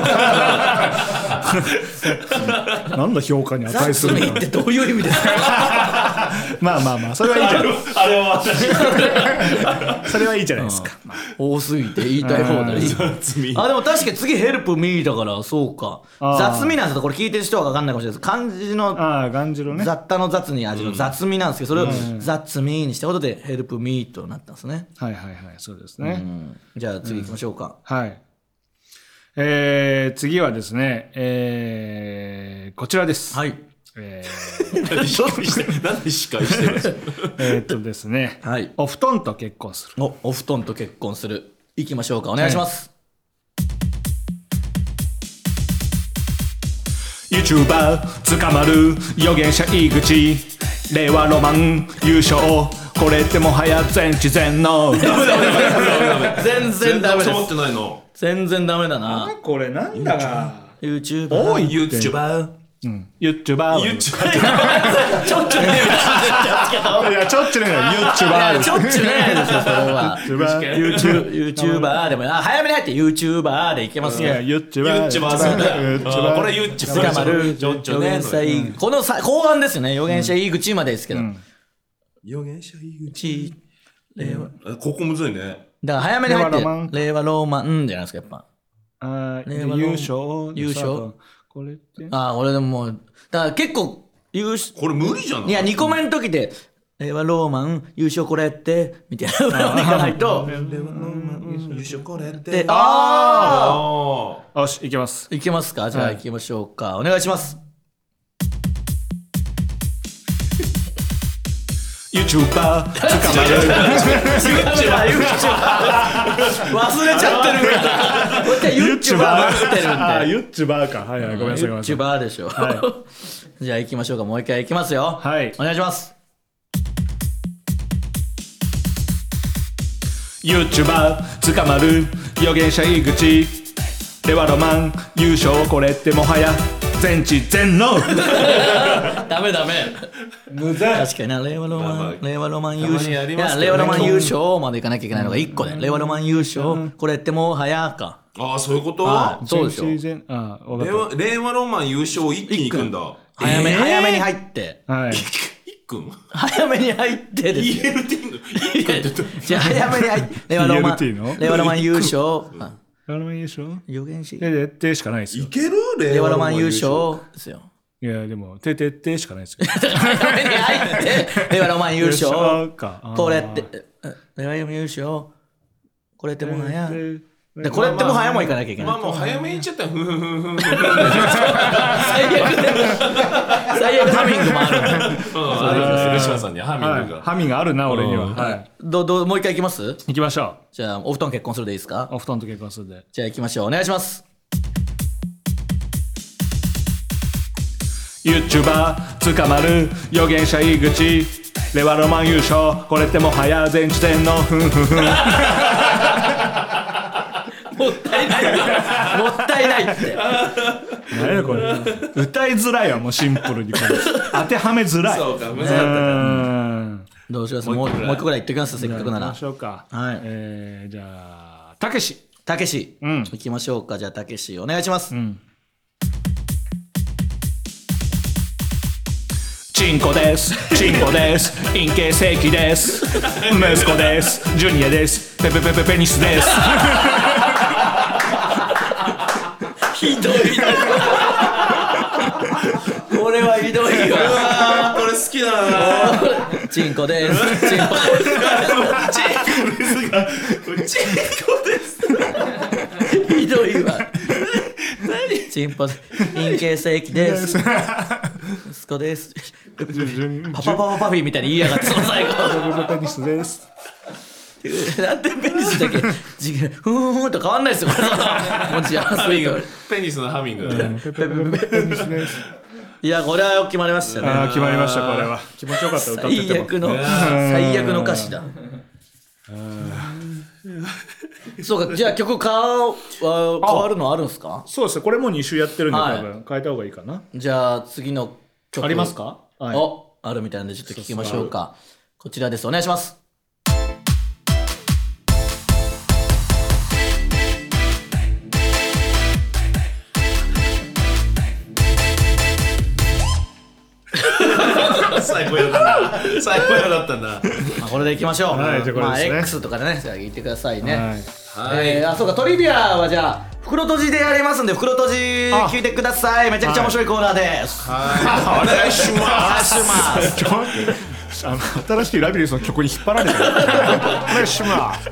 ななんだ評価に値するの雑味ってどういう意味ですか？ まあまあまあそれはいいじゃないあれはそれはいいじゃないですか多すぎて言いたい放題。 雑味。 あ、でも確かに次ヘルプミーだから、そうか。 あー雑味なんですよ。これ聞いてる人は分かんないかもしれないです。漢字のああ感じるね雑多の雑に味の雑味なんですけど、それを雑味にしたことでヘルプミーとなったんですね。 はいはいはいそうですね、 うんじゃあ次行きましょうか。 はいえー、次はですねえー、こちらですはい。 えなんで司会してなんで司会してるんですか？ ー、えーっとですねはい。 お布団と結婚するお、お布団と結婚する。行きましょうか。お願いします。 YouTuber 捕まる預言者井口令和ロマン優勝これってもはや全知全能全然ダメで全然持っす。 てないの。 全然ダメだな。 これなんだか YouTuber。 多いユーチューバー。 うん YouTuber ユーチューバー。 ちょっちゅうねみたいな感じになっちゃうんですけど。 いやちょっちゅうねい YouTuber やちょっちゅうねですよ、それは。 YouTuber YouTuber でも、あ、早めに入って YouTuber でいけますいやよ。 YouTuber ユーチューバーですよね。あーこれユーチューバー。 捕まるちょっちょね予言者井口。このさ後半ですよね。予言者井口までですけど。 予言者井口。 ち令和えここむずいね。 だから早めに入って令和ロマン令和ローマンじゃないですか、やっぱ。 あー令和の優勝優勝これってああ、俺でももう、だから結構優勝。 これ無理じゃない？ いや、にこめの時で、令和ローマン優勝これってみたいなのにいかないと。 優勝これって。 で、あああよしいけますいけますか？じゃあ行きましょうか。お願いします。 YouTuber 捕まる忘れちゃってるから。もう一回ユッチュバー待ってるんで。 あー YouTuber かはいはいごめんなさいごめんなさいユッチュバーでしょ。じゃあ行きましょうか。もう一回行きますよ。 はいお願いします。 YouTuber 捕まる預言者井口令和ロマン優勝これってもはや全知全能ダメダメ。 むずい確かにな、令和ロマン、令和ロマン優たま勝。 にありいや、 ますけどね令和ロマン優勝までいかなきゃいけないのがいっこで。令和ロマン優勝、これってもう早か。 あーそういうこと？ はいそうでしょ。 全知全あーわかっ令和令和ロマン優勝一気に行くんだ。 早め、 えー早めに入って。 たはい一くん早めに入ってですよ。 イエルティングいいかって言ったじゃあ早めに入って、令和ロマイーエルティー のン、令和ロマン優勝。ああの優勝予言し。 え、で、てしかないですよい。ける令和ロマン優勝ですよ。 いや、でも、てててしかないですよ。 早めに入って、令和ロマン優勝。 か。 これって、令和ロマン優勝。これってもはや。 ででこれってもはやもいかなきゃいけない。 まあもう早めに言っちゃったらふんふんふんふん最悪で、最悪ハミングもある。 ありますルシファーさんにはハミングが、 はい、ハミングあるな、俺には。 うんはい。 どどもう一回いきます？ 行きましょじゃあお布団結婚するでいいですか？ う。お布団と結婚するで。 じゃあ行きましょう。お願いします。 YouTuber 捕まる預言者井口令和ロマン優勝これってもはや全地点のふんふんふんもったいないもったいないって何やこれ歌いづらいわもうシンプルにこれ当てはめづらいそうか難うかったーんどうしますもうもう一個ぐらい言っておきますせっかくなら行きましょうかはいえー、じゃあたけしたけしうん行きましょうかじゃあたけしお願いしますうんチンコですチンコです陰茎正規です息子ですジュニアですペペペペペニスですひどいなこれはひどいわあーこれ好きだなチンコですチンコですチンコですひどいわチンポ陰茎正規です息子ですパパパパパフィーみたいに言いやがってその最後ペニスですなんでペニスだけじふーんふーんと変わんないですよこれ持ち合わせるペニスのハミング、 ペペペペニスですいやこれはよく決まりましたねあー決まりましたこれは気持ちよかった歌ってても最悪の最悪の歌詞だそうかじゃあ曲変わ変わるのあるんですかそうですねこれもに週やってるんで、 はい多分変えた方がいいかなじゃあ次の曲ありますか、はい、 おあるみたいなんでちょっと聞きましょうかこちらですお願いします最高やだな最高やだったんだまあこれでいきましょう、 はいじゃあこれまあですね X とかでねじゃあ言ってくださいね、 はいはい、 えー、あそうかトリビアはじゃあ袋閉じでやりますんで袋閉じ聞いてくださいめちゃくちゃ面白いコーナーですはいお願いしお願いしますちょっと待ってあの新しいラビリンスの曲に引っ張られてるお願いします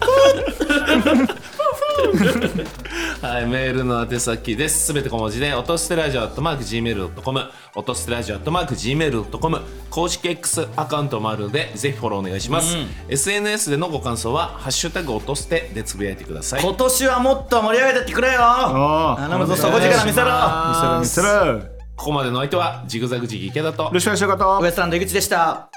はい、メールの宛先です。すべて小文字で、音捨てラジオアットマーク ジーメールドットコム、音捨てラジオアットマーク ジーメールドットコム、公式 X アカウントもあるので、ぜひフォローお願いします。うん、エスエヌエス でのご感想は、ハッシュタグ音捨てでつぶやいてください。 今年はもっと盛り上げてってくれよ頼むぞ、底力見せろ見せろ見せろここまでの相手は、ジグザグジギ池田と、 ルシファーショーカとウエストランド井口でした。